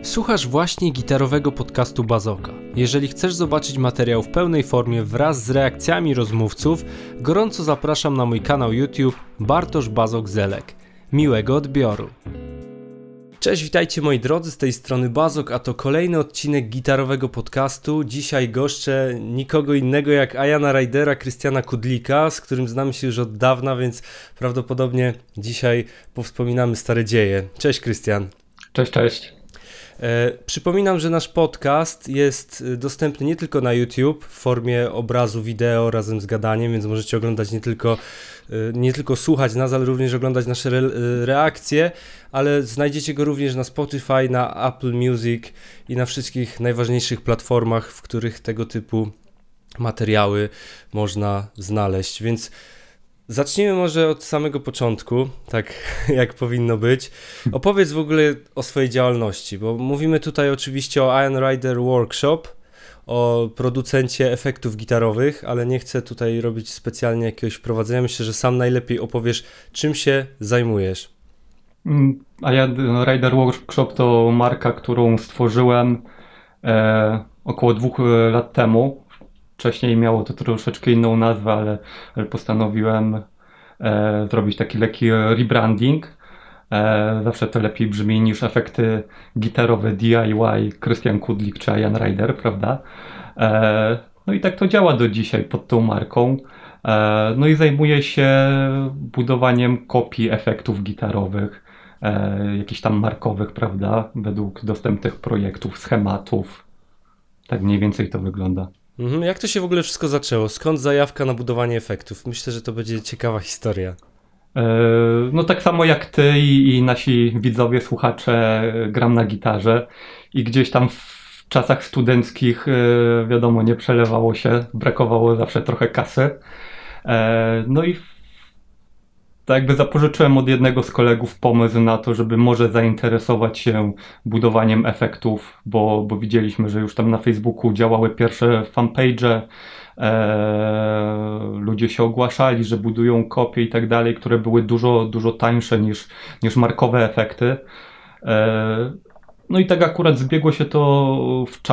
Słuchasz właśnie gitarowego podcastu Bazoka. Jeżeli chcesz zobaczyć materiał w pełnej formie wraz z reakcjami rozmówców, gorąco zapraszam na mój kanał YouTube Bartosz Bazok-Zelek. Miłego odbioru. Cześć, witajcie moi drodzy, z tej strony Bazok, a to kolejny odcinek gitarowego podcastu. Dzisiaj goszczę nikogo innego jak Iana Rydera, Krystiana Kudlika, z którym znamy się już od dawna, więc prawdopodobnie dzisiaj powspominamy stare dzieje. Cześć Krystian. Cześć, cześć. Przypominam, że nasz podcast jest dostępny nie tylko na YouTube w formie obrazu, wideo razem z gadaniem, więc możecie oglądać nie tylko słuchać nas, ale również oglądać nasze reakcje, ale znajdziecie go również na Spotify, na Apple Music i na wszystkich najważniejszych platformach, w których tego typu materiały można znaleźć, więc zacznijmy może od samego początku, tak jak powinno być. Opowiedz w ogóle o swojej działalności, bo mówimy tutaj oczywiście o Ian Ryder Workshop, o producencie efektów gitarowych, ale nie chcę tutaj robić specjalnie jakiegoś wprowadzenia. Myślę, że sam najlepiej opowiesz, czym się zajmujesz. Ian Ryder Workshop to marka, którą stworzyłem około 2 lat temu. Wcześniej miało to troszeczkę inną nazwę, ale postanowiłem zrobić taki lekki rebranding. Zawsze to lepiej brzmi niż efekty gitarowe DIY Krystian Kudlik czy Ian Ryder, prawda? No i tak to działa do dzisiaj pod tą marką. No i zajmuję się budowaniem kopii efektów gitarowych, jakichś tam markowych, prawda? Według dostępnych projektów, schematów. Tak mniej więcej to wygląda. Jak to się w ogóle wszystko zaczęło? Skąd zajawka na budowanie efektów? Myślę, że to będzie ciekawa historia. No tak samo jak ty i nasi widzowie, słuchacze, gram na gitarze i gdzieś tam w czasach studenckich, wiadomo, nie przelewało się, brakowało zawsze trochę kasy. No i tak jakby zapożyczyłem od jednego z kolegów pomysł na to, żeby może zainteresować się budowaniem efektów, bo widzieliśmy, że już tam na Facebooku działały pierwsze fanpage'e, ludzie się ogłaszali, że budują kopie i tak dalej, które były dużo tańsze niż markowe efekty. No i tak akurat zbiegło się to w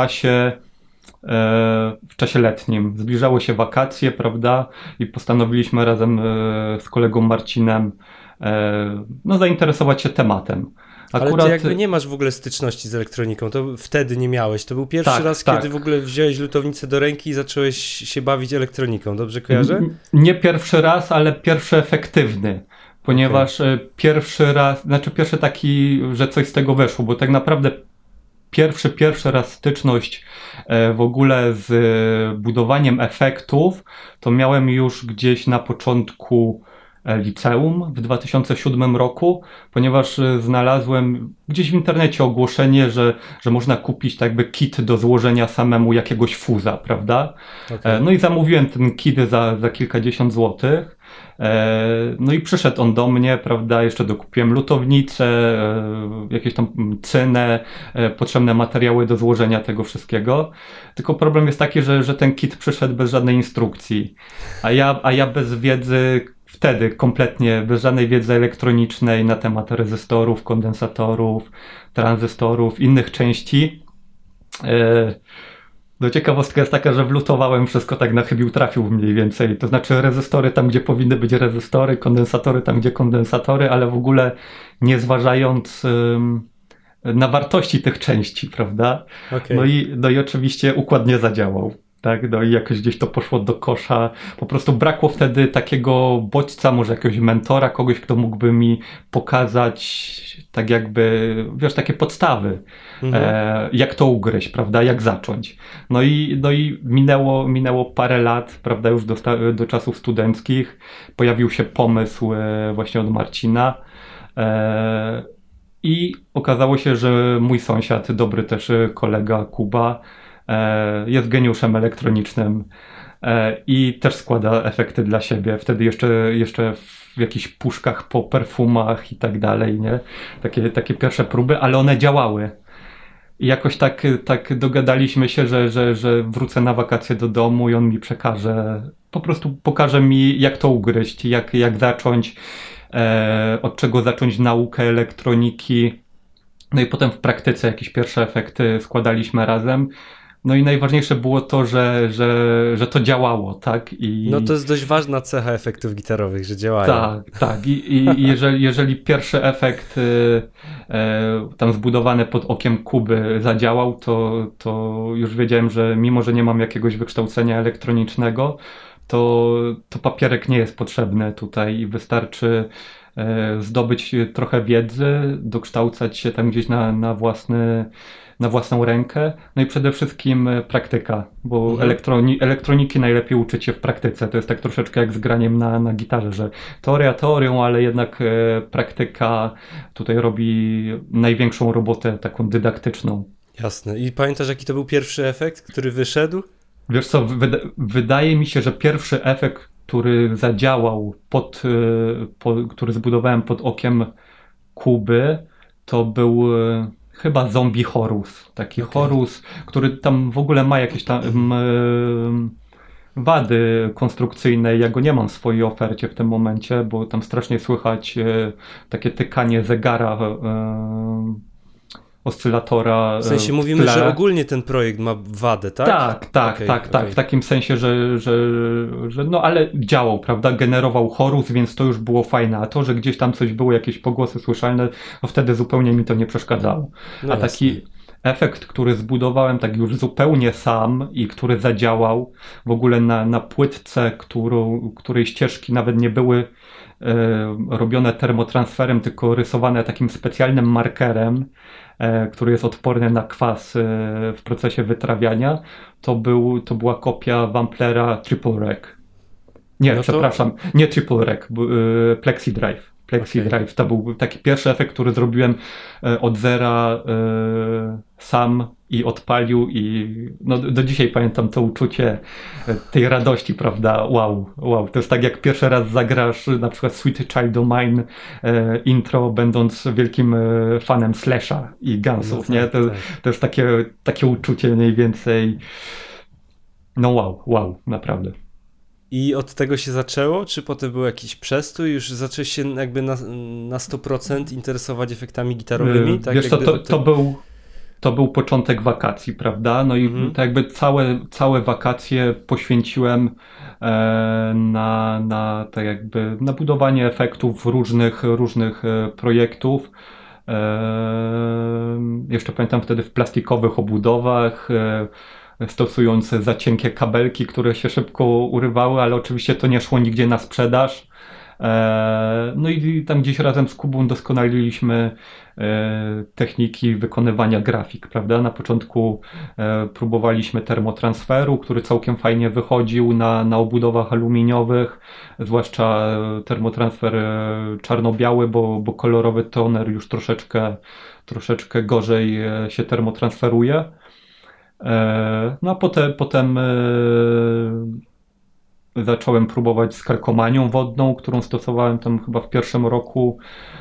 czasie letnim. Zbliżały się wakacje, prawda? I postanowiliśmy razem z kolegą Marcinem zainteresować się tematem. Ale ty jakby nie masz w ogóle styczności z elektroniką, to wtedy nie miałeś. To był pierwszy raz, kiedy w ogóle wziąłeś lutownicę do ręki i zacząłeś się bawić elektroniką, dobrze kojarzę? Nie pierwszy raz, ale pierwszy efektywny. Ponieważ pierwszy taki, że coś z tego weszło, bo tak naprawdę pierwszy raz styczność w ogóle z budowaniem efektów to miałem już gdzieś na początku liceum w 2007 roku, ponieważ znalazłem gdzieś w internecie ogłoszenie, że można kupić tak jakby kit do złożenia samemu jakiegoś fuza, prawda? Okay. No i zamówiłem ten kit za kilkadziesiąt złotych. No i przyszedł on do mnie, prawda, jeszcze dokupiłem lutownicę, jakieś tam cynę, potrzebne materiały do złożenia tego wszystkiego. Tylko problem jest taki, że ten kit przyszedł bez żadnej instrukcji, a ja bez wiedzy, wtedy kompletnie bez żadnej wiedzy elektronicznej na temat rezystorów, kondensatorów, tranzystorów, innych części. No ciekawostka jest taka, że wlutowałem wszystko tak na chybił trafił mniej więcej. To znaczy rezystory tam, gdzie powinny być rezystory, kondensatory tam, gdzie kondensatory, ale w ogóle nie zważając na wartości tych części, prawda? Okay. No i oczywiście układ nie zadziałał. Tak, no i jakoś gdzieś to poszło do kosza. Po prostu brakło wtedy takiego bodźca, może jakiegoś mentora, kogoś, kto mógłby mi pokazać tak jakby, wiesz, takie podstawy, jak to ugryźć, prawda, jak zacząć. No i minęło parę lat, prawda, już do czasów studenckich. Pojawił się pomysł właśnie od Marcina i okazało się, że mój sąsiad, dobry też kolega Kuba, jest geniuszem elektronicznym i też składa efekty dla siebie. Wtedy jeszcze w jakichś puszkach po perfumach i tak dalej, nie? Takie pierwsze próby, ale one działały. I jakoś tak dogadaliśmy się, że wrócę na wakacje do domu i on mi pokaże mi, jak to ugryźć, jak zacząć, od czego zacząć naukę elektroniki. No i potem w praktyce jakieś pierwsze efekty składaliśmy razem. No i najważniejsze było to, że to działało, tak? No to jest dość ważna cecha efektów gitarowych, że działają. Tak. I jeżeli pierwszy efekt tam zbudowany pod okiem Kuby zadziałał, to już wiedziałem, że mimo, że nie mam jakiegoś wykształcenia elektronicznego, to papierek nie jest potrzebny tutaj i wystarczy zdobyć trochę wiedzy, dokształcać się tam gdzieś na własną rękę, no i przede wszystkim praktyka, bo elektroniki najlepiej uczyć się w praktyce. To jest tak troszeczkę jak z graniem na gitarze, że teoria teorią, ale jednak praktyka tutaj robi największą robotę taką dydaktyczną. Jasne. I pamiętasz, jaki to był pierwszy efekt, który wyszedł? Wiesz co, wydaje mi się, że pierwszy efekt, który zadziałał, który zbudowałem pod okiem Kuby, to był chyba Zombie Horus. Taki Horus, który tam w ogóle ma jakieś tam wady konstrukcyjne. Ja go nie mam w swojej ofercie w tym momencie, bo tam strasznie słychać takie tykanie zegara, oscylatora. W sensie mówimy, że ogólnie ten projekt ma wadę, tak? Tak. W takim sensie, że no ale działał, prawda? Generował chorus, więc to już było fajne. A to, że gdzieś tam coś było, jakieś pogłosy słyszalne, no wtedy zupełnie mi to nie przeszkadzało. No a taki efekt, który zbudowałem tak już zupełnie sam i który zadziałał w ogóle na płytce, której ścieżki nawet nie były robione termotransferem, tylko rysowane takim specjalnym markerem, który jest odporny na kwas w procesie wytrawiania, to była kopia Wamplera Triple Rec. Nie, no przepraszam, nie Triple Rec, Plexi Drive. Drive to był taki pierwszy efekt, który zrobiłem od zera sam i odpalił i no, do dzisiaj pamiętam to uczucie tej radości, prawda? Wow. To jest tak jak pierwszy raz zagrasz na przykład Sweet Child O' Mine intro, będąc wielkim fanem Slasha i Gunsów, nie? To jest takie uczucie mniej więcej. No wow, naprawdę. I od tego się zaczęło? Czy potem był jakiś przestój? Już zacząłeś się jakby na 100% interesować efektami gitarowymi? Tak, wiesz co, to był początek wakacji, prawda? No i tak jakby całe wakacje poświęciłem tak jakby na budowanie efektów różnych projektów. Jeszcze pamiętam wtedy w plastikowych obudowach, stosując za cienkie kabelki, które się szybko urywały, ale oczywiście to nie szło nigdzie na sprzedaż. No i tam gdzieś razem z Kubą doskonaliliśmy techniki wykonywania grafik, prawda? Na początku próbowaliśmy termotransferu, który całkiem fajnie wychodził na obudowach aluminiowych, zwłaszcza termotransfer czarno-biały, bo kolorowy toner już troszeczkę gorzej się termotransferuje. No a potem zacząłem próbować z kalkomanią wodną, którą stosowałem tam chyba w pierwszym roku.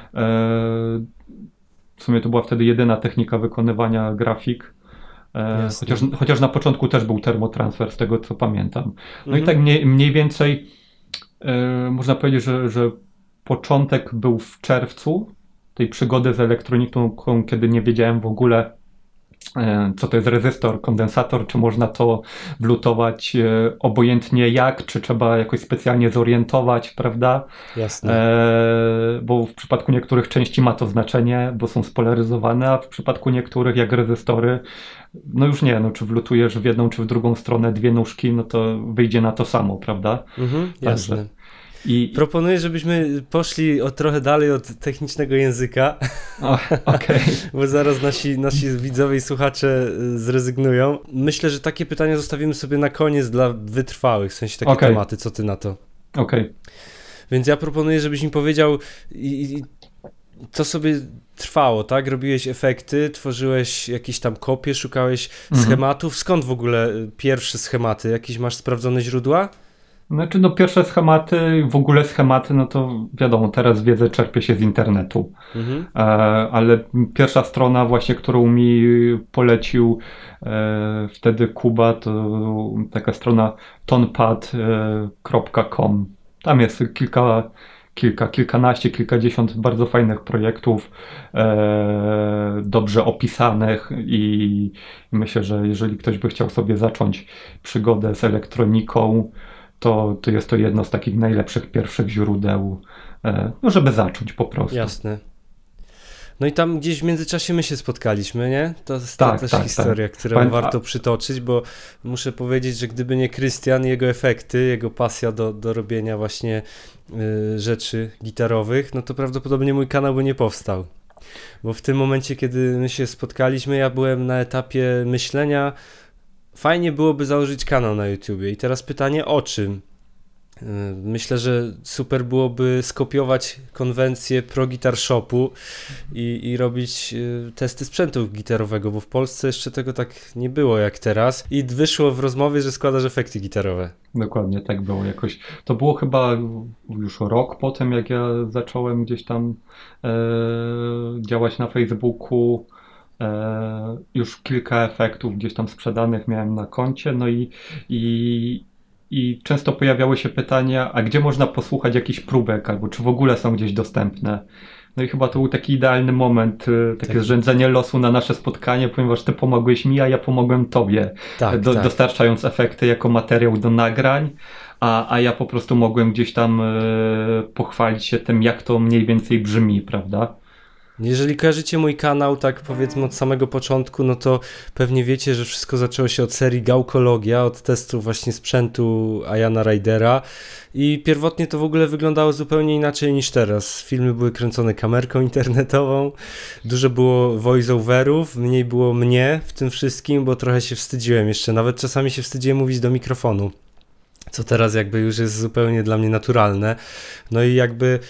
W sumie to była wtedy jedyna technika wykonywania grafik. Chociaż na początku też był termotransfer, z tego co pamiętam. No i tak mniej więcej można powiedzieć, że początek był w czerwcu tej przygody z elektroniką, kiedy nie wiedziałem w ogóle, co to jest rezystor, kondensator, czy można to wlutować obojętnie jak, czy trzeba jakoś specjalnie zorientować, prawda? Jasne. Bo w przypadku niektórych części ma to znaczenie, bo są spolaryzowane, a w przypadku niektórych, jak rezystory, no już nie, no czy wlutujesz w jedną, czy w drugą stronę dwie nóżki, no to wyjdzie na to samo, prawda? Jasne. Proponuję, żebyśmy poszli trochę dalej od technicznego języka, okay. Bo zaraz nasi widzowie i słuchacze zrezygnują. Myślę, że takie pytania zostawimy sobie na koniec dla wytrwałych, w sensie takie tematy. Co ty na to? Okej. Więc ja proponuję, żebyś mi powiedział, co sobie trwało, tak? Robiłeś efekty, tworzyłeś jakieś tam kopie, szukałeś schematów. Skąd w ogóle pierwsze schematy? Jakieś masz sprawdzone źródła? Znaczy, no pierwsze schematy, w ogóle schematy, no to wiadomo, teraz wiedzę czerpie się z internetu, ale pierwsza strona właśnie, którą mi polecił wtedy Kuba, to taka strona tonpad.com. Tam jest kilkanaście, kilkadziesiąt bardzo fajnych projektów, dobrze opisanych i myślę, że jeżeli ktoś by chciał sobie zacząć przygodę z elektroniką, to jest to jedno z takich najlepszych pierwszych źródeł, no żeby zacząć po prostu. Jasne. No i tam gdzieś w międzyczasie my się spotkaliśmy, nie? To jest też historia, którą warto przytoczyć, bo muszę powiedzieć, że gdyby nie Krystian, jego efekty, jego pasja do robienia właśnie rzeczy gitarowych, no to prawdopodobnie mój kanał by nie powstał. Bo w tym momencie, kiedy my się spotkaliśmy, ja byłem na etapie myślenia, fajnie byłoby założyć kanał na YouTubie. I teraz pytanie, o czym? Myślę, że super byłoby skopiować konwencję Pro Guitar Shopu i robić testy sprzętu gitarowego, bo w Polsce jeszcze tego tak nie było jak teraz. I wyszło w rozmowie, że składasz efekty gitarowe. Dokładnie, tak było jakoś. To było chyba już rok po tym, jak ja zacząłem gdzieś tam działać na Facebooku. Już kilka efektów gdzieś tam sprzedanych miałem na koncie, no i często pojawiały się pytania, a gdzie można posłuchać jakichś próbek, albo czy w ogóle są gdzieś dostępne. No i chyba to był taki idealny moment, takie zrzędzenie losu na nasze spotkanie, ponieważ ty pomogłeś mi, a ja pomogłem tobie, dostarczając efekty jako materiał do nagrań, a ja po prostu mogłem gdzieś tam pochwalić się tym, jak to mniej więcej brzmi, prawda? Jeżeli kojarzycie mój kanał, tak powiedzmy od samego początku, no to pewnie wiecie, że wszystko zaczęło się od serii Gałkologia, od testów właśnie sprzętu Iana Rydera i pierwotnie to w ogóle wyglądało zupełnie inaczej niż teraz. Filmy były kręcone kamerką internetową, dużo było voice-overów, mniej było mnie w tym wszystkim, bo trochę się wstydziłem jeszcze, nawet czasami się wstydziłem mówić do mikrofonu, co teraz jakby już jest zupełnie dla mnie naturalne. No i jakby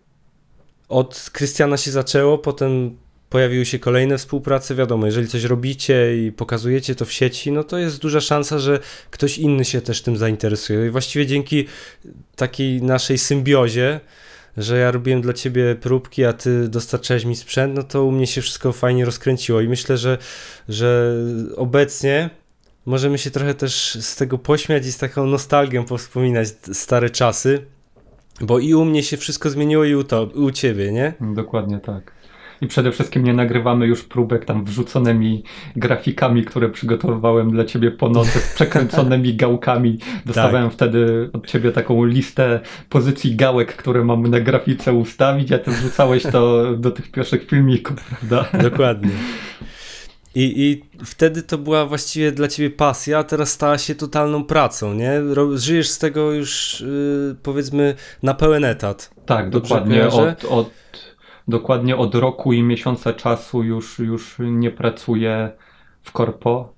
od Krystiana się zaczęło, potem pojawiły się kolejne współprace, wiadomo, jeżeli coś robicie i pokazujecie to w sieci, no to jest duża szansa, że ktoś inny się też tym zainteresuje. I właściwie dzięki takiej naszej symbiozie, że ja robiłem dla ciebie próbki, a ty dostarczałeś mi sprzęt, no to u mnie się wszystko fajnie rozkręciło i myślę, że obecnie możemy się trochę też z tego pośmiać i z taką nostalgią powspominać stare czasy. Bo i u mnie się wszystko zmieniło i u ciebie, nie? Dokładnie tak. I przede wszystkim nie nagrywamy już próbek tam wrzuconymi grafikami, które przygotowywałem dla ciebie po nocy, z przekręconymi gałkami. Dostawałem wtedy od ciebie taką listę pozycji gałek, które mamy na grafice ustawić, a ty wrzucałeś to do tych pierwszych filmików, prawda? Dokładnie. I wtedy to była właściwie dla ciebie pasja, a teraz stała się totalną pracą, nie? Żyjesz z tego już powiedzmy na pełen etat. Tak, dokładnie. Dokładnie od roku i miesiąca czasu już nie pracuję w korpo.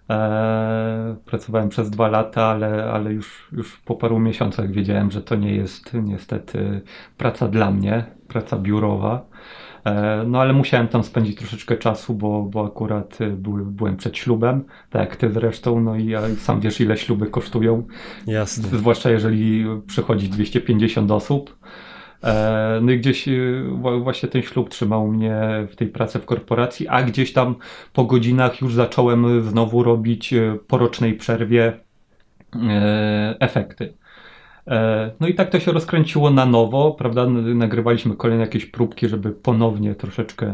Pracowałem przez 2 lata, ale już po paru miesiącach wiedziałem, że to nie jest niestety praca dla mnie, praca biurowa. No ale musiałem tam spędzić troszeczkę czasu, bo akurat byłem przed ślubem, tak jak ty zresztą, no i ja sam wiesz, ile śluby kosztują. Jasne. Zwłaszcza jeżeli przychodzi 250 osób. No i gdzieś właśnie ten ślub trzymał mnie w tej pracy w korporacji, a gdzieś tam po godzinach już zacząłem znowu robić po rocznej przerwie efekty. No i tak to się rozkręciło na nowo, prawda? Nagrywaliśmy kolejne jakieś próbki, żeby ponownie troszeczkę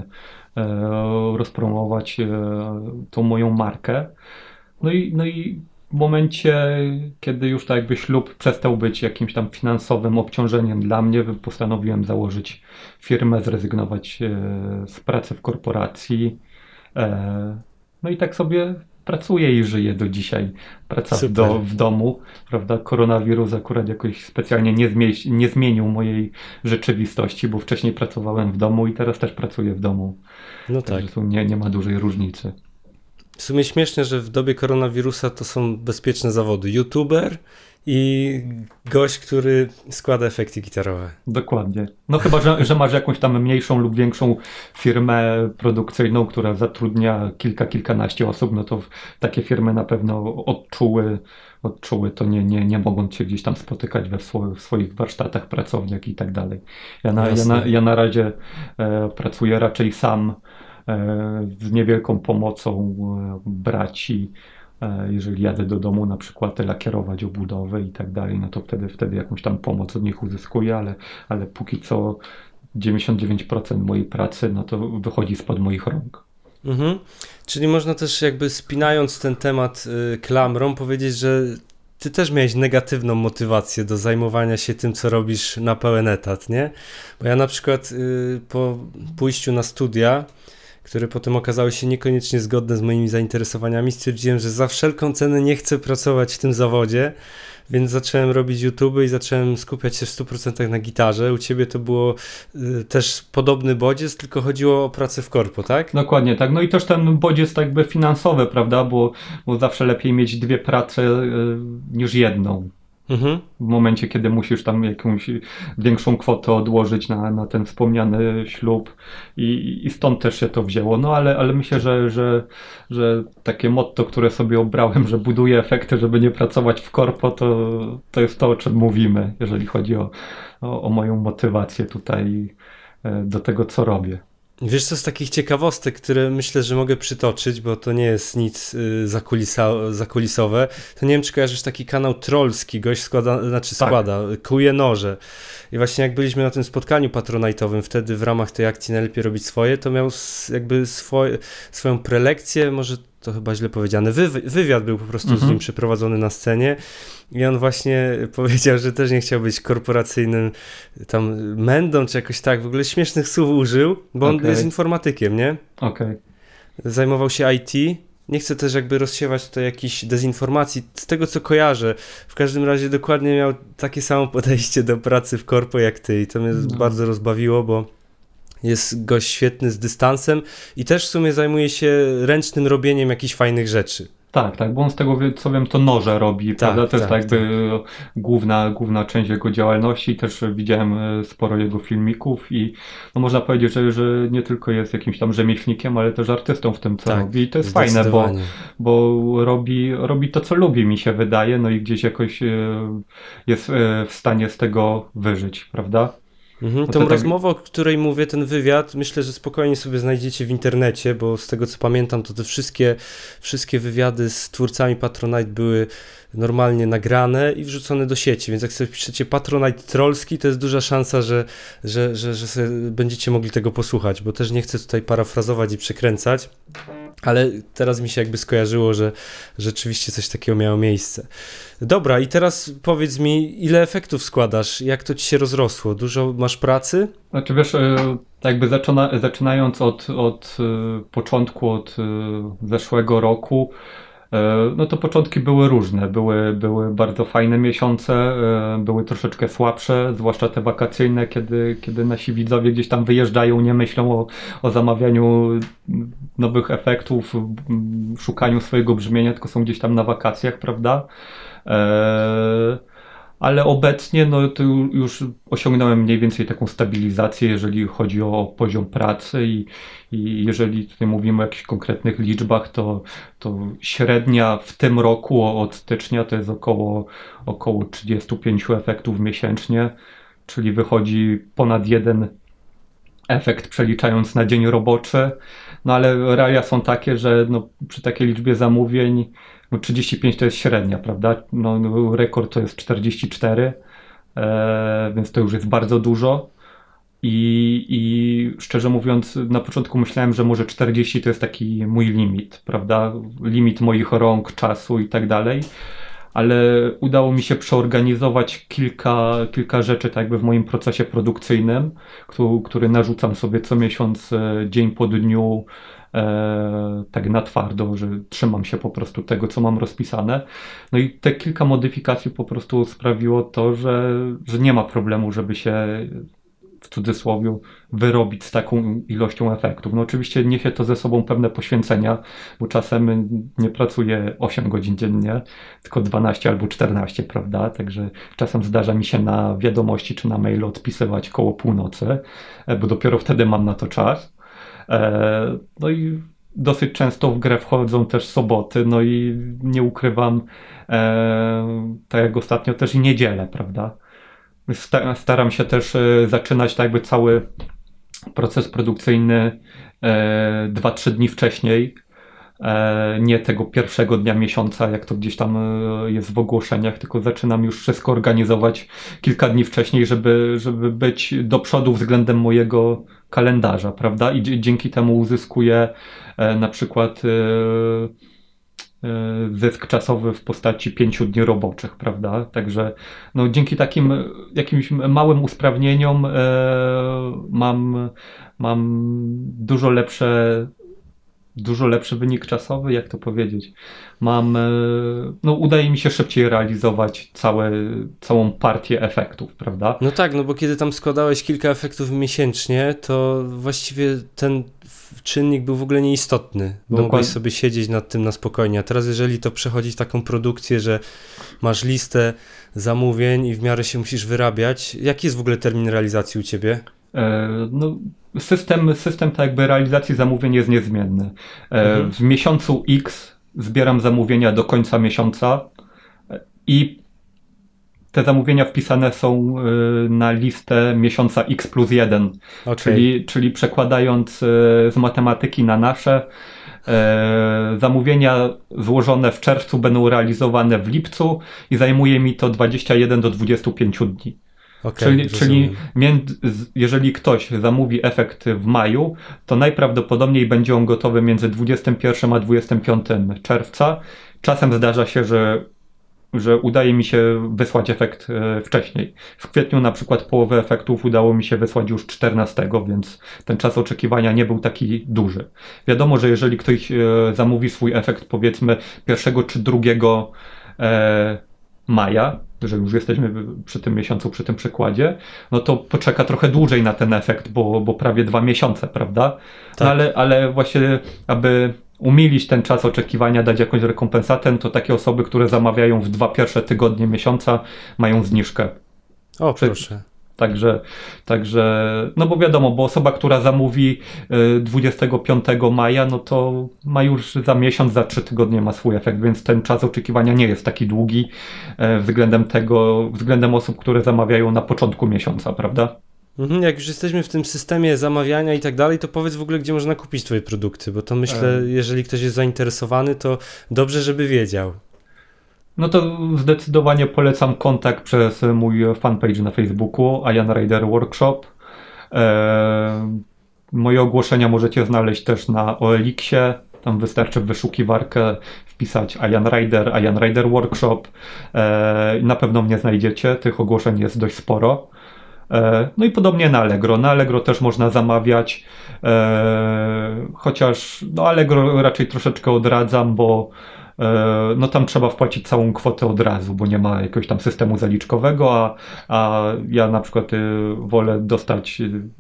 rozpromować tą moją markę. No i w momencie, kiedy już tak jakby ślub przestał być jakimś tam finansowym obciążeniem dla mnie, postanowiłem założyć firmę, zrezygnować z pracy w korporacji. No i tak sobie pracuję i żyję do dzisiaj. Praca w domu, prawda? Koronawirus akurat jakoś specjalnie nie zmienił mojej rzeczywistości, bo wcześniej pracowałem w domu i teraz też pracuję w domu. No tak. Także tu nie ma dużej różnicy. W sumie śmieszne, że w dobie koronawirusa to są bezpieczne zawody. YouTuber i gość, który składa efekty gitarowe. Dokładnie. No chyba, że masz jakąś tam mniejszą lub większą firmę produkcyjną, która zatrudnia kilkanaście osób, no to takie firmy na pewno odczuły to, nie mogą się gdzieś tam spotykać w swoich warsztatach, pracowniach i tak dalej. Ja na razie pracuję raczej sam, z niewielką pomocą braci, Jeżeli jadę do domu na przykład lakierować obudowę i tak dalej, no to wtedy jakąś tam pomoc od nich uzyskuję, ale póki co 99% mojej pracy, no to wychodzi spod moich rąk. Mhm. Czyli można też jakby spinając ten temat klamrą powiedzieć, że ty też miałeś negatywną motywację do zajmowania się tym, co robisz na pełen etat, nie? Bo ja na przykład po pójściu na studia, które potem okazały się niekoniecznie zgodne z moimi zainteresowaniami, stwierdziłem, że za wszelką cenę nie chcę pracować w tym zawodzie, więc zacząłem robić YouTube i zacząłem skupiać się w 100% na gitarze. U ciebie to było też podobny bodziec, tylko chodziło o pracę w korpo, tak? Dokładnie tak. No i też ten bodziec tak jakby finansowy, prawda? Bo zawsze lepiej mieć dwie prace niż jedną. Mhm. W momencie, kiedy musisz tam jakąś większą kwotę odłożyć na ten wspomniany ślub i stąd też się to wzięło. No ale myślę, że takie motto, które sobie obrałem, że buduję efekty, żeby nie pracować w korpo, to jest to, o czym mówimy, jeżeli chodzi o moją motywację tutaj do tego, co robię. Wiesz, co z takich ciekawostek, które myślę, że mogę przytoczyć, bo to nie jest nic zakulisowe, to nie wiem, czy kojarzysz taki kanał Trollski, gość składa, kuje noże. I właśnie jak byliśmy na tym spotkaniu patronite'owym, wtedy w ramach tej akcji Najlepiej robić swoje, to miał jakby swoją prelekcję, może to chyba źle powiedziane, wywiad był po prostu z nim przeprowadzony na scenie i on właśnie powiedział, że też nie chciał być korporacyjnym tam mędą, czy jakoś tak, w ogóle śmiesznych słów użył, bo on jest informatykiem, nie? Okej. Zajmował się IT. Nie chcę też jakby rozsiewać tutaj jakichś dezinformacji. Z tego, co kojarzę, w każdym razie dokładnie miał takie samo podejście do pracy w korpo jak ty i to mnie bardzo rozbawiło, bo jest gość świetny z dystansem i też w sumie zajmuje się ręcznym robieniem jakichś fajnych rzeczy. Tak, bo on z tego, co wiem, to noże robi, prawda? To jest jakby główna część jego działalności i też widziałem sporo jego filmików i no można powiedzieć, że nie tylko jest jakimś tam rzemieślnikiem, ale też artystą w tym, co robi i to jest fajne, bo robi to, co lubi, mi się wydaje, no i gdzieś jakoś jest w stanie z tego wyżyć, prawda? No tą rozmowę, o której mówię, ten wywiad, myślę, że spokojnie sobie znajdziecie w internecie, bo z tego co pamiętam, to te wszystkie wywiady z twórcami Patronite były normalnie nagrane i wrzucone do sieci, więc jak sobie piszecie Patronite Trollski, to jest duża szansa, że sobie będziecie mogli tego posłuchać, bo też nie chcę tutaj parafrazować i przekręcać, ale teraz mi się jakby skojarzyło, że rzeczywiście coś takiego miało miejsce. Dobra, i teraz powiedz mi, ile efektów składasz? Jak to ci się rozrosło? Dużo masz pracy? Znaczy wiesz, jakby zaczynając od początku, od zeszłego roku, no to początki były różne. Były bardzo fajne miesiące, były troszeczkę słabsze, zwłaszcza te wakacyjne, kiedy nasi widzowie gdzieś tam wyjeżdżają, nie myślą o zamawianiu nowych efektów, szukaniu swojego brzmienia, tylko są gdzieś tam na wakacjach, prawda? Ale obecnie no to już osiągnąłem mniej więcej taką stabilizację, jeżeli chodzi o poziom pracy i jeżeli tutaj mówimy o jakichś konkretnych liczbach, to średnia w tym roku od stycznia to jest około 35 efektów miesięcznie, czyli wychodzi ponad jeden efekt przeliczając na dzień roboczy, no ale realia są takie, że no, przy takiej liczbie zamówień 35 to jest średnia, prawda? No, rekord to jest 44, więc to już jest bardzo dużo. I szczerze mówiąc, na początku myślałem, że może 40 to jest taki mój limit, prawda? Limit moich rąk, czasu i tak dalej. Ale udało mi się przeorganizować kilka rzeczy tak jakby w moim procesie produkcyjnym, który narzucam sobie co miesiąc, dzień po dniu, tak na twardo, że trzymam się po prostu tego, co mam rozpisane. No i te kilka modyfikacji po prostu sprawiło to, że nie ma problemu, żeby się w cudzysłowie wyrobić z taką ilością efektów. No oczywiście niesie to ze sobą pewne poświęcenia, bo czasem nie pracuję 8 godzin dziennie, tylko 12 albo 14, prawda? Także czasem zdarza mi się na wiadomości czy na maile odpisywać koło północy, bo dopiero wtedy mam na to czas. No i dosyć często w grę wchodzą też soboty, no i nie ukrywam, tak jak ostatnio też i niedzielę, prawda? Staram się też zaczynać tak jakby cały proces produkcyjny 2-3 dni wcześniej, nie tego pierwszego dnia miesiąca, jak to gdzieś tam jest w ogłoszeniach, tylko zaczynam już wszystko organizować kilka dni wcześniej, żeby być do przodu względem mojego kalendarza, prawda? I dzięki temu uzyskuję na przykład zysk czasowy w postaci 5 dni roboczych, prawda? Także no, dzięki takim jakimś małym usprawnieniom mam dużo lepszy wynik czasowy, jak to powiedzieć. No udaje mi się szybciej realizować całą partię efektów, prawda? No tak, no bo kiedy tam składałeś kilka efektów miesięcznie, to właściwie ten czynnik był w ogóle nieistotny, bo mogłeś sobie siedzieć nad tym na spokojnie. A teraz jeżeli to przechodzi w taką produkcję, że masz listę zamówień i w miarę się musisz wyrabiać, jaki jest w ogóle termin realizacji u ciebie? No, system tak jakby realizacji zamówień jest niezmienny. W miesiącu X zbieram zamówienia do końca miesiąca i te zamówienia wpisane są na listę miesiąca X+1, czyli przekładając z matematyki na nasze, zamówienia złożone w czerwcu będą realizowane w lipcu i zajmuje mi to 21 do 25 dni. Czyli jeżeli ktoś zamówi efekt w maju, to najprawdopodobniej będzie on gotowy między 21 a 25 czerwca. Czasem zdarza się, że udaje mi się wysłać efekt wcześniej. W kwietniu na przykład połowę efektów udało mi się wysłać już 14, więc ten czas oczekiwania nie był taki duży. Wiadomo, że jeżeli ktoś zamówi swój efekt powiedzmy 1 czy 2 maja, że już jesteśmy przy tym miesiącu, przy tym przykładzie, no to poczeka trochę dłużej na ten efekt, bo prawie 2 miesiące, prawda? Tak. No ale właśnie, aby umilić ten czas oczekiwania, dać jakąś rekompensatę, to takie osoby, które zamawiają w 2 pierwsze tygodnie miesiąca, mają zniżkę. O, proszę. Także, no bo wiadomo, bo osoba, która zamówi 25 maja, no to ma już za miesiąc, za 3 tygodnie ma swój efekt, więc ten czas oczekiwania nie jest taki długi względem osób, które zamawiają na początku miesiąca, prawda? Jak już jesteśmy w tym systemie zamawiania i tak dalej, to powiedz w ogóle, gdzie można kupić twoje produkty, bo to myślę, jeżeli ktoś jest zainteresowany, to dobrze, żeby wiedział. No to zdecydowanie polecam kontakt przez mój fanpage na Facebooku, Ian Rider Workshop. Moje ogłoszenia możecie znaleźć też na OLX-ie. Tam wystarczy w wyszukiwarkę wpisać Ian Rider Workshop. Na pewno mnie znajdziecie, tych ogłoszeń jest dość sporo. No i podobnie na Allegro. Na Allegro też można zamawiać, chociaż no Allegro raczej troszeczkę odradzam, bo no tam trzeba wpłacić całą kwotę od razu, bo nie ma jakiegoś tam systemu zaliczkowego, a ja na przykład wolę dostać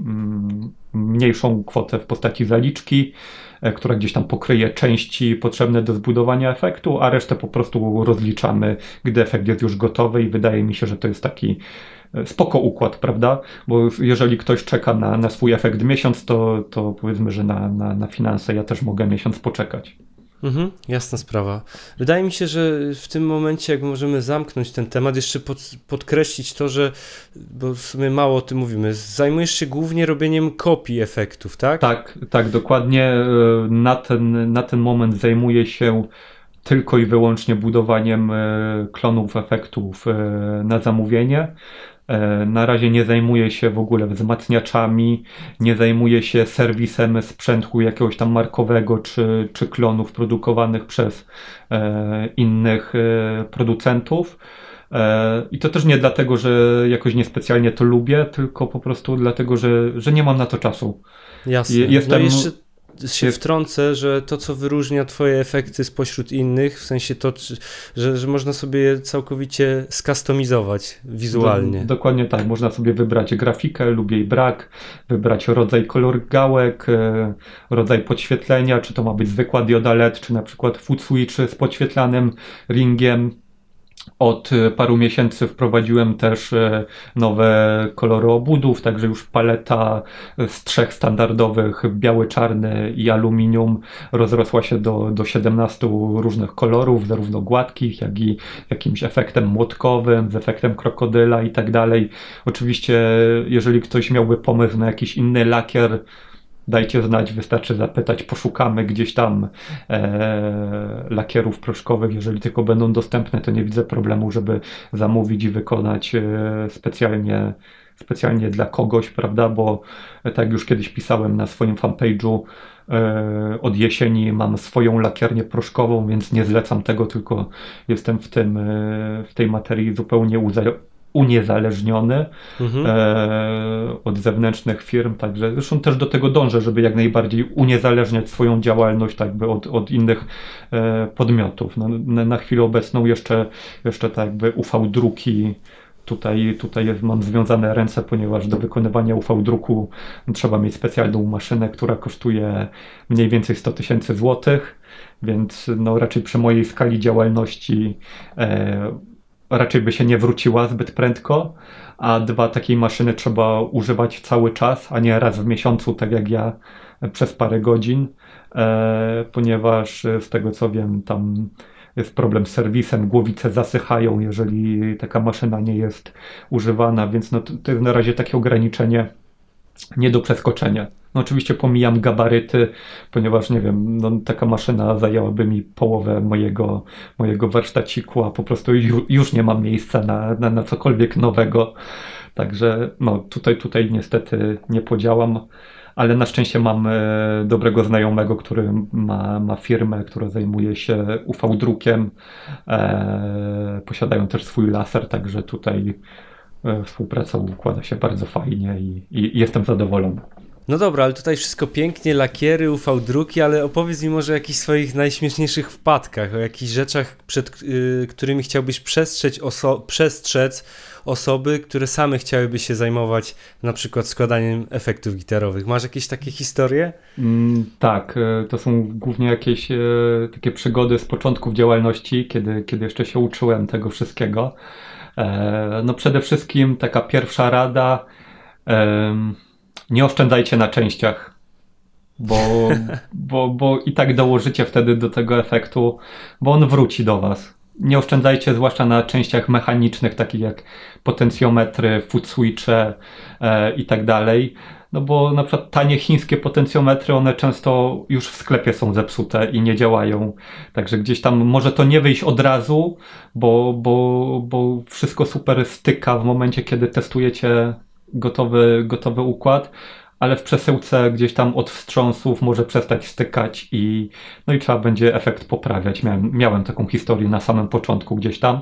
mniejszą kwotę w postaci zaliczki, która gdzieś tam pokryje części potrzebne do zbudowania efektu, a resztę po prostu rozliczamy, gdy efekt jest już gotowy i wydaje mi się, że to jest taki spoko układ, prawda? Bo jeżeli ktoś czeka na swój efekt miesiąc, to powiedzmy, że na finanse ja też mogę miesiąc poczekać. Jasna sprawa. Wydaje mi się, że w tym momencie jak możemy zamknąć ten temat, jeszcze podkreślić to, że, bo w sumie mało o tym mówimy, zajmujesz się głównie robieniem kopii efektów, tak? Tak, dokładnie. Na ten moment zajmuję się tylko i wyłącznie budowaniem klonów efektów na zamówienie. Na razie nie zajmuję się w ogóle wzmacniaczami, nie zajmuję się serwisem sprzętu jakiegoś tam markowego czy klonów produkowanych przez innych producentów. I to też nie dlatego, że jakoś niespecjalnie to lubię, tylko po prostu dlatego, że nie mam na to czasu. Jasne. No jeszcze się wtrącę, że to, co wyróżnia twoje efekty spośród innych, w sensie to, że można sobie je całkowicie skustomizować wizualnie. Dokładnie tak, można sobie wybrać grafikę lub jej brak, wybrać rodzaj kolor gałek, rodzaj podświetlenia, czy to ma być zwykła dioda LED, czy na przykład foot switch z podświetlanym ringiem. Od paru miesięcy wprowadziłem też nowe kolory obudów, także już paleta z 3 standardowych, biały, czarny i aluminium, rozrosła się do 17 różnych kolorów, zarówno gładkich, jak i jakimś efektem młotkowym, z efektem krokodyla i tak dalej. Oczywiście, jeżeli ktoś miałby pomysł na jakiś inny lakier, dajcie znać, wystarczy zapytać, poszukamy gdzieś tam lakierów proszkowych, jeżeli tylko będą dostępne, to nie widzę problemu, żeby zamówić i wykonać specjalnie dla kogoś, prawda, bo tak już kiedyś pisałem na swoim fanpage'u, od jesieni mam swoją lakiernię proszkową, więc nie zlecam tego, tylko jestem w tej materii zupełnie uniezależniony od zewnętrznych firm, także zresztą też do tego dążę, żeby jak najbardziej uniezależniać swoją działalność tak jakby od innych podmiotów. No, na chwilę obecną jeszcze tak jakby UV druki tutaj mam związane ręce, ponieważ do wykonywania UV druku trzeba mieć specjalną maszynę, która kosztuje mniej więcej 100 000 złotych, więc no raczej przy mojej skali działalności raczej by się nie wróciła zbyt prędko, a dwa, takiej maszyny trzeba używać cały czas, a nie raz w miesiącu, tak jak ja, przez parę godzin, ponieważ z tego co wiem, tam jest problem z serwisem, głowice zasychają, jeżeli taka maszyna nie jest używana, więc no to jest na razie takie ograniczenie nie do przeskoczenia. No oczywiście pomijam gabaryty, ponieważ nie wiem, no taka maszyna zajęłaby mi połowę mojego warsztaciku, a po prostu już nie mam miejsca na cokolwiek nowego. Także no tutaj niestety nie podziałam, ale na szczęście mam dobrego znajomego, który ma firmę, która zajmuje się UV drukiem. Posiadają też swój laser, także tutaj współpraca układa się bardzo fajnie i jestem zadowolony. No dobra, ale tutaj wszystko pięknie, lakiery, UV druki, ale opowiedz mi może o jakichś swoich najśmieszniejszych wpadkach, o jakichś rzeczach, przed którymi chciałbyś przestrzec osoby, które same chciałyby się zajmować na przykład składaniem efektów gitarowych. Masz jakieś takie historie? Tak, to są głównie jakieś takie przygody z początków działalności, kiedy jeszcze się uczyłem tego wszystkiego. No przede wszystkim taka pierwsza rada, nie oszczędzajcie na częściach, bo i tak dołożycie wtedy do tego efektu, bo on wróci do was. Nie oszczędzajcie zwłaszcza na częściach mechanicznych, takich jak potencjometry, foot switche i tak dalej. No bo na przykład tanie chińskie potencjometry, one często już w sklepie są zepsute i nie działają. Także gdzieś tam może to nie wyjść od razu, bo wszystko super styka w momencie, kiedy testujecie gotowy układ, ale w przesyłce gdzieś tam od wstrząsów może przestać stykać i trzeba będzie efekt poprawiać. Miałem taką historię na samym początku gdzieś tam.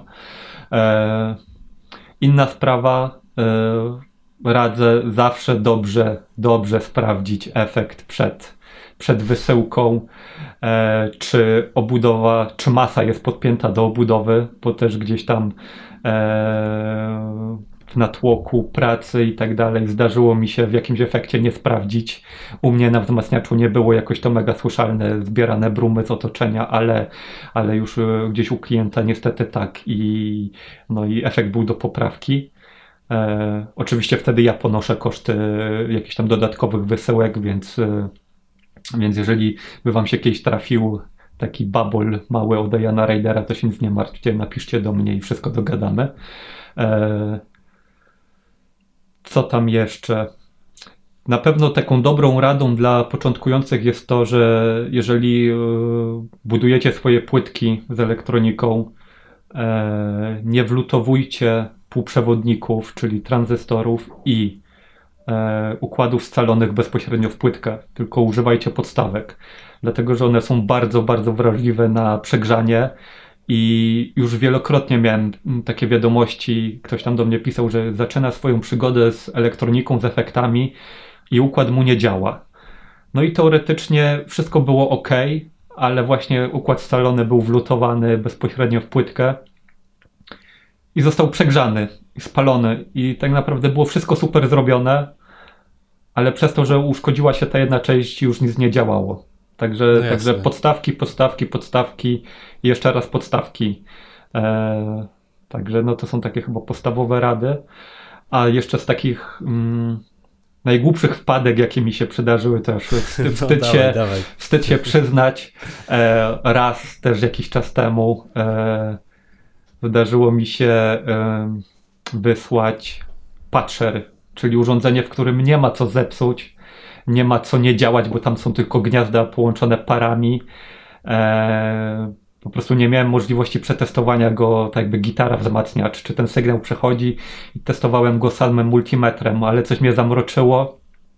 Inna sprawa, radzę zawsze dobrze sprawdzić efekt przed wysyłką, czy obudowa, czy masa jest podpięta do obudowy, bo też gdzieś tam w natłoku pracy i tak dalej zdarzyło mi się w jakimś efekcie nie sprawdzić. U mnie na wzmacniaczu nie było jakoś to mega słyszalne, zbierane brumy z otoczenia, ale już gdzieś u klienta niestety tak i efekt był do poprawki. Oczywiście wtedy ja ponoszę koszty jakichś tam dodatkowych wysyłek, więc jeżeli by wam się kiedyś trafił taki babol mały od Jana Raidera, to się nic nie martwcie, napiszcie do mnie i wszystko dogadamy. Co tam jeszcze? Na pewno taką dobrą radą dla początkujących jest to, że jeżeli budujecie swoje płytki z elektroniką, nie wlutowujcie półprzewodników, czyli tranzystorów i układów scalonych bezpośrednio w płytkę, tylko używajcie podstawek, dlatego że one są bardzo, bardzo wrażliwe na przegrzanie i już wielokrotnie miałem takie wiadomości, ktoś tam do mnie pisał, że zaczyna swoją przygodę z elektroniką, z efektami i układ mu nie działa. No i teoretycznie wszystko było ok, ale właśnie układ scalony był wlutowany bezpośrednio w płytkę i został przegrzany i spalony i tak naprawdę było wszystko super zrobione, ale przez to, że uszkodziła się ta jedna część, już nic nie działało. Także podstawki i jeszcze raz podstawki. Także to są takie chyba podstawowe rady. A jeszcze z takich najgłupszych wpadek, jakie mi się przydarzyły, to już wstyd się przyznać. Raz też jakiś czas temu wydarzyło mi się wysłać patcher, czyli urządzenie, w którym nie ma co zepsuć, nie ma co nie działać, bo tam są tylko gniazda połączone parami. Po prostu nie miałem możliwości przetestowania go, tak jakby gitara wzmacniacz, czy ten sygnał przechodzi, i testowałem go samym multimetrem, ale coś mnie zamroczyło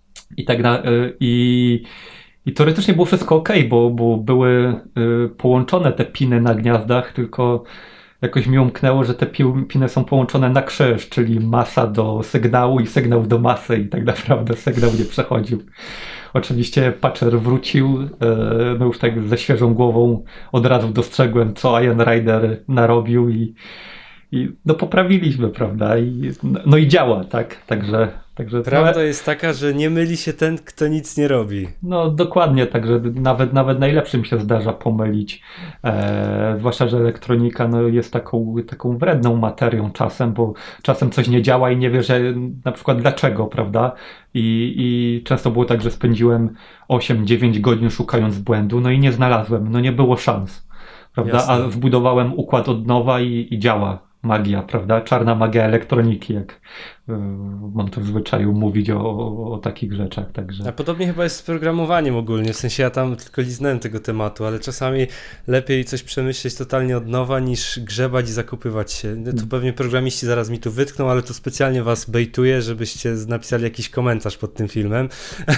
i teoretycznie było wszystko ok, bo były połączone te piny na gniazdach, tylko jakoś mi umknęło, że te piny są połączone na krzyż, czyli masa do sygnału i sygnał do masy, i tak naprawdę sygnał nie przechodził. Oczywiście patcher wrócił, no już tak ze świeżą głową od razu dostrzegłem, co Ian Rider narobił i no poprawiliśmy, prawda? No i działa, tak? Także Prawda jest taka, że nie myli się ten, kto nic nie robi. no dokładnie, także nawet najlepszym się zdarza pomylić. Zwłaszcza, że elektronika no, jest taką wredną materią czasem, bo czasem coś nie działa i nie wie, że na przykład dlaczego, prawda? I często było tak, że spędziłem 8-9 godzin szukając błędu, no i nie znalazłem, no nie było szans, prawda? Jasne. A zbudowałem układ od nowa i działa. Magia, prawda? Czarna magia elektroniki, jak mam to w zwyczaju mówić o takich rzeczach. Także. A podobnie chyba jest z programowaniem ogólnie, w sensie ja tam tylko liznąłem tego tematu, ale czasami lepiej coś przemyśleć totalnie od nowa, niż grzebać i zakopywać się. To pewnie programiści zaraz mi tu wytkną, ale to specjalnie was bejtuję, żebyście napisali jakiś komentarz pod tym filmem.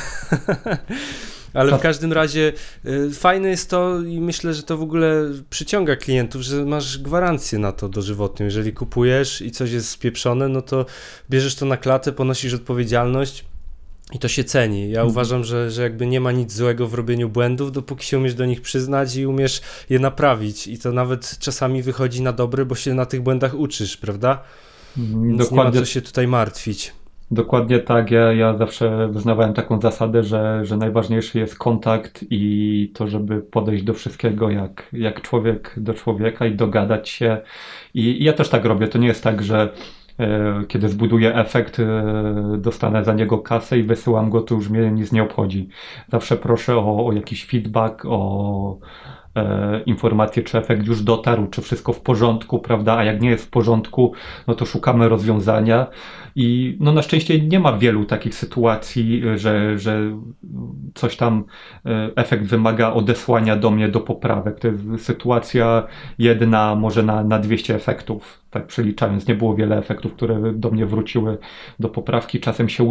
Ale w każdym razie fajne jest to i myślę, że to w ogóle przyciąga klientów, że masz gwarancję na to dożywotnią. Jeżeli kupujesz i coś jest spieprzone, no to bierzesz to na klatę, ponosisz odpowiedzialność i to się ceni. Ja uważam, że jakby nie ma nic złego w robieniu błędów, dopóki się umiesz do nich przyznać i umiesz je naprawić. I to nawet czasami wychodzi na dobre, bo się na tych błędach uczysz, prawda? Więc dokładnie. Nie ma co się tutaj martwić. Dokładnie tak. Ja zawsze wyznawałem taką zasadę, że najważniejszy jest kontakt i to, żeby podejść do wszystkiego jak człowiek do człowieka i dogadać się. I ja też tak robię. To nie jest tak, że kiedy zbuduję efekt, dostanę za niego kasę i wysyłam go, to już mnie nic nie obchodzi. Zawsze proszę o jakiś feedback, o informację, czy efekt już dotarł, czy wszystko w porządku, prawda? A jak nie jest w porządku, no to szukamy rozwiązania. I no na szczęście nie ma wielu takich sytuacji, że coś tam, efekt wymaga odesłania do mnie do poprawek. To jest sytuacja jedna, może na 200 efektów, tak przeliczając. Nie było wiele efektów, które do mnie wróciły do poprawki.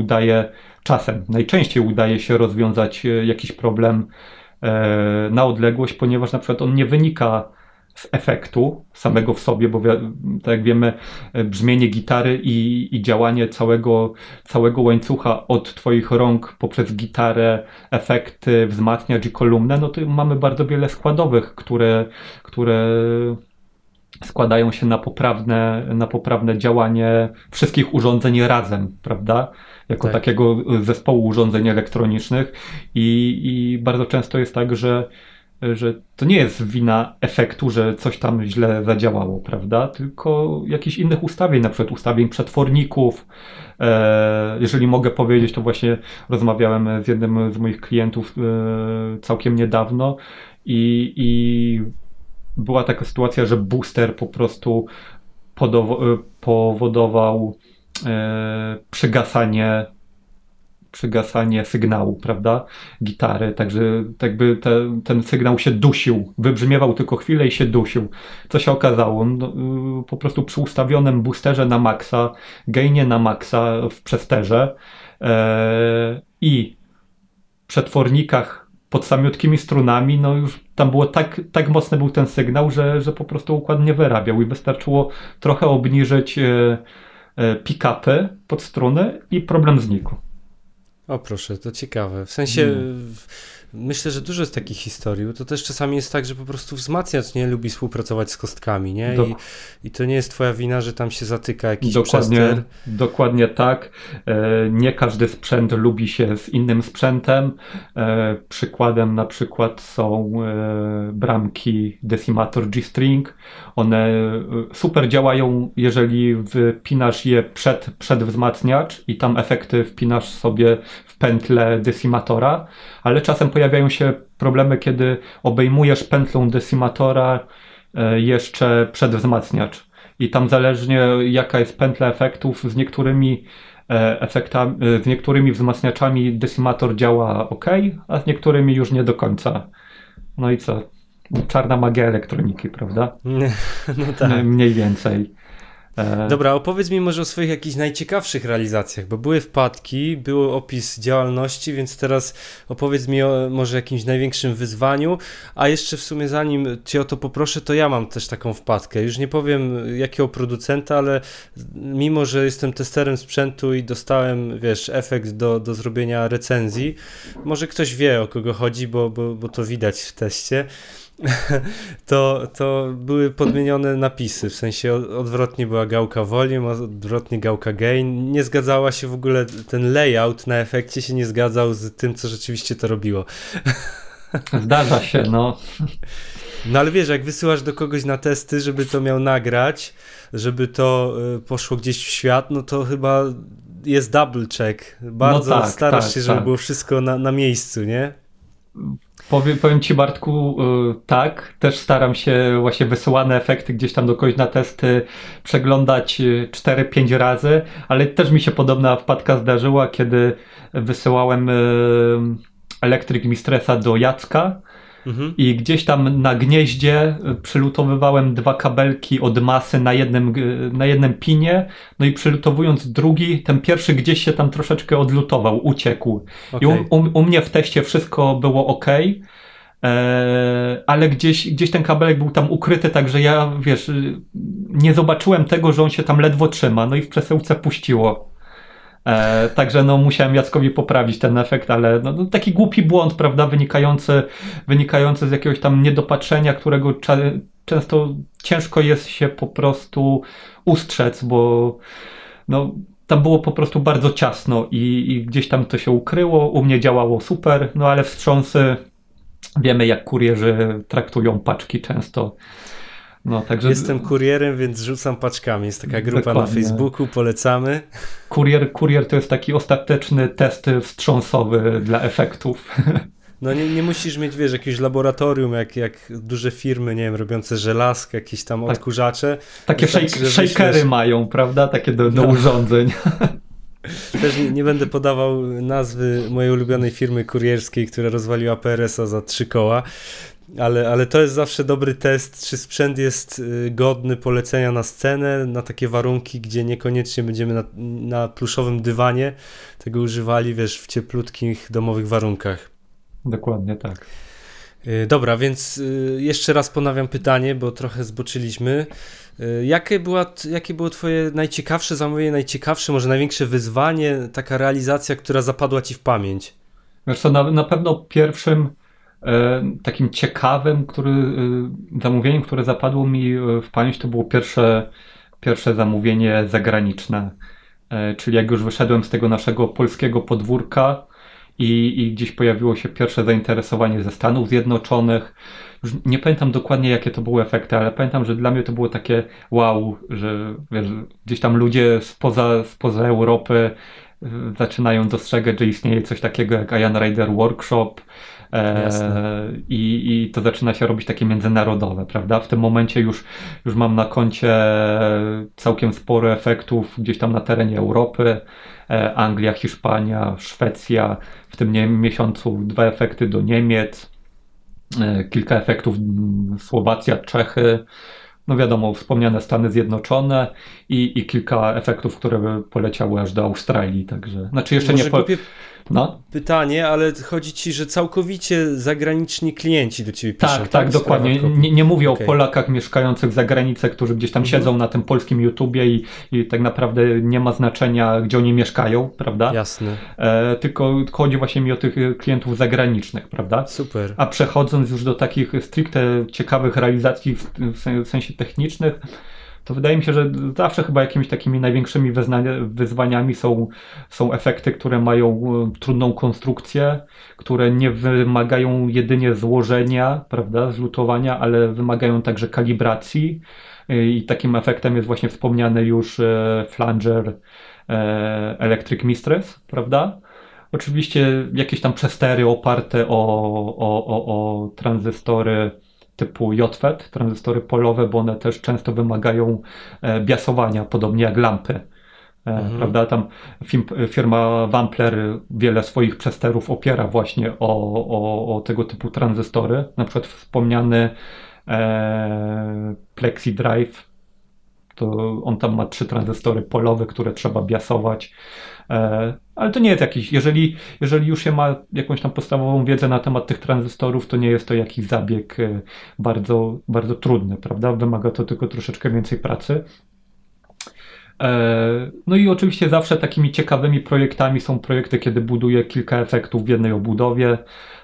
Najczęściej udaje się rozwiązać jakiś problem na odległość, ponieważ na przykład on nie wynika z efektu samego w sobie, bo tak jak wiemy, brzmienie gitary i działanie całego łańcucha od twoich rąk poprzez gitarę, efekty, wzmacniacz i kolumnę, no to mamy bardzo wiele składowych, które składają się na poprawne działanie wszystkich urządzeń razem, prawda? Jako takiego zespołu urządzeń elektronicznych i bardzo często jest tak, że to nie jest wina efektu, że coś tam źle zadziałało, prawda? Tylko jakichś innych ustawień, na przykład ustawień przetworników. Jeżeli mogę powiedzieć, to właśnie rozmawiałem z jednym z moich klientów całkiem niedawno i była taka sytuacja, że booster po prostu powodował przygasanie sygnału, prawda, gitary, także jakby ten sygnał się dusił, wybrzmiewał tylko chwilę i się dusił. Co się okazało? No, po prostu przy ustawionym boosterze na maksa, gainie na maksa w przesterze i przetwornikach pod samiutkimi strunami, no już tam było tak mocny był ten sygnał, że po prostu układ nie wyrabiał i wystarczyło trochę obniżyć pick-upy pod struny i problem znikł. O proszę, to ciekawe. W sensie myślę, że dużo jest takich historii, bo to też czasami jest tak, że po prostu wzmacniacz nie lubi współpracować z kostkami, nie? I to nie jest twoja wina, że tam się zatyka jakiś przester. Dokładnie tak. Nie każdy sprzęt lubi się z innym sprzętem. Przykładem na przykład są bramki Decimator G-String. One super działają, jeżeli wpinasz je przed wzmacniacz i tam efekty wpinasz sobie w pętlę Decimatora, ale czasem pojawiają się problemy, kiedy obejmujesz pętlą Decimatora jeszcze przedwzmacniacz. I tam zależnie jaka jest pętla efektów, z niektórymi efektami, z niektórymi wzmacniaczami Decimator działa ok, a z niektórymi już nie do końca. No i co? Czarna magia elektroniki, prawda? No tak. Mniej więcej. Dobra, opowiedz mi może o swoich jakichś najciekawszych realizacjach, bo były wpadki, był opis działalności, więc teraz opowiedz mi o może jakimś największym wyzwaniu, a jeszcze w sumie zanim cię o to poproszę, to ja mam też taką wpadkę. Już nie powiem jakiego producenta, ale mimo, że jestem testerem sprzętu i dostałem, wiesz, efekt do zrobienia recenzji, może ktoś wie, o kogo chodzi, bo to widać w teście. To były podmienione napisy, w sensie odwrotnie była gałka volume, odwrotnie gałka gain. Nie zgadzała się w ogóle, ten layout na efekcie się nie zgadzał z tym, co rzeczywiście to robiło. Zdarza się, no. No ale wiesz, jak wysyłasz do kogoś na testy, żeby to miał nagrać, żeby to poszło gdzieś w świat, no to chyba jest double check. Bardzo no tak, starasz się, żeby tak. było wszystko na miejscu, nie? Powiem ci, Bartku, tak, też staram się właśnie wysyłane efekty gdzieś tam do kogoś na testy przeglądać 4-5 razy, ale też mi się podobna wpadka zdarzyła, kiedy wysyłałem Electric Mistressa do Jacka i gdzieś tam na gnieździe przylutowywałem 2 kabelki od masy na jednym pinie, no i przylutowując drugi, ten pierwszy gdzieś się tam troszeczkę odlutował, uciekł. Okay. I u mnie w teście wszystko było ok, ale gdzieś ten kabelek był tam ukryty, także ja, wiesz, nie zobaczyłem tego, że on się tam ledwo trzyma, no i w przesyłce puściło. Także no musiałem Jackowi poprawić ten efekt, ale no, taki głupi błąd, prawda, wynikający z jakiegoś tam niedopatrzenia, którego często ciężko jest się po prostu ustrzec, bo no, tam było po prostu bardzo ciasno i gdzieś tam to się ukryło, u mnie działało super, no ale wstrząsy, wiemy jak kurierzy traktują paczki często. No, także... Jestem kurierem, więc rzucam paczkami. Jest taka grupa Dokładnie. Na Facebooku, polecamy. Kurier to jest taki ostateczny test wstrząsowy dla efektów. No nie musisz mieć, wiesz, jakiegoś laboratorium, jak duże firmy, nie wiem, robiące żelazko, jakieś tam odkurzacze. Takie shakery mają, prawda? Takie do urządzeń. Też nie będę podawał nazwy mojej ulubionej firmy kurierskiej, która rozwaliła PRS-a za 3 koła. Ale to jest zawsze dobry test, czy sprzęt jest godny polecenia na scenę, na takie warunki, gdzie niekoniecznie będziemy na pluszowym dywanie tego używali, wiesz, w cieplutkich domowych warunkach. Dokładnie tak. Dobra, więc jeszcze raz ponawiam pytanie, bo trochę zboczyliśmy. Jakie było twoje najciekawsze zamówienie, najciekawsze, może największe wyzwanie, taka realizacja, która zapadła ci w pamięć? Wiesz co, na pewno pierwszym takim ciekawym zamówieniem, które zapadło mi w pamięć, to było pierwsze zamówienie zagraniczne. Czyli jak już wyszedłem z tego naszego polskiego podwórka i gdzieś pojawiło się pierwsze zainteresowanie ze Stanów Zjednoczonych. Już nie pamiętam dokładnie, jakie to były efekty, ale pamiętam, że dla mnie to było takie wow, że wiesz, gdzieś tam ludzie spoza Europy zaczynają dostrzegać, że istnieje coś takiego jak Ian Rider Workshop. I to zaczyna się robić takie międzynarodowe, prawda? W tym momencie już mam na koncie całkiem sporo efektów gdzieś tam na terenie Europy, Anglia, Hiszpania, Szwecja, w tym miesiącu 2 efekty do Niemiec, kilka efektów Słowacja, Czechy, no wiadomo, wspomniane Stany Zjednoczone i kilka efektów, które poleciały aż do Australii, także, znaczy jeszcze Może nie... No. Pytanie, ale chodzi ci, że całkowicie zagraniczni klienci do ciebie piszą. Tak, dokładnie. Nie mówię o Polakach mieszkających za granicą, którzy gdzieś tam siedzą na tym polskim YouTubie i tak naprawdę nie ma znaczenia, gdzie oni mieszkają, prawda? Jasne. Tylko chodzi właśnie mi o tych klientów zagranicznych, prawda? Super. A przechodząc już do takich stricte ciekawych realizacji w sensie technicznych, to wydaje mi się, że zawsze chyba jakimiś takimi największymi wyzwaniami są efekty, które mają trudną konstrukcję, które nie wymagają jedynie złożenia, prawda, zlutowania, ale wymagają także kalibracji. I takim efektem jest właśnie wspomniany już flanger Electric Mistress, prawda? Oczywiście jakieś tam przestery oparte o tranzystory typu JFET, tranzystory polowe, bo one też często wymagają biasowania, podobnie jak lampy. prawda? Tam firma Wampler wiele swoich przesterów opiera właśnie o tego typu tranzystory. Na przykład wspomniany Plexi Drive, to on tam ma 3 tranzystory polowe, które trzeba biasować. Ale to nie jest jakiś, jeżeli już się ma jakąś tam podstawową wiedzę na temat tych tranzystorów, to nie jest to jakiś zabieg bardzo, bardzo trudny, prawda? Wymaga to tylko troszeczkę więcej pracy. No i oczywiście zawsze takimi ciekawymi projektami są projekty, kiedy buduję kilka efektów w jednej obudowie.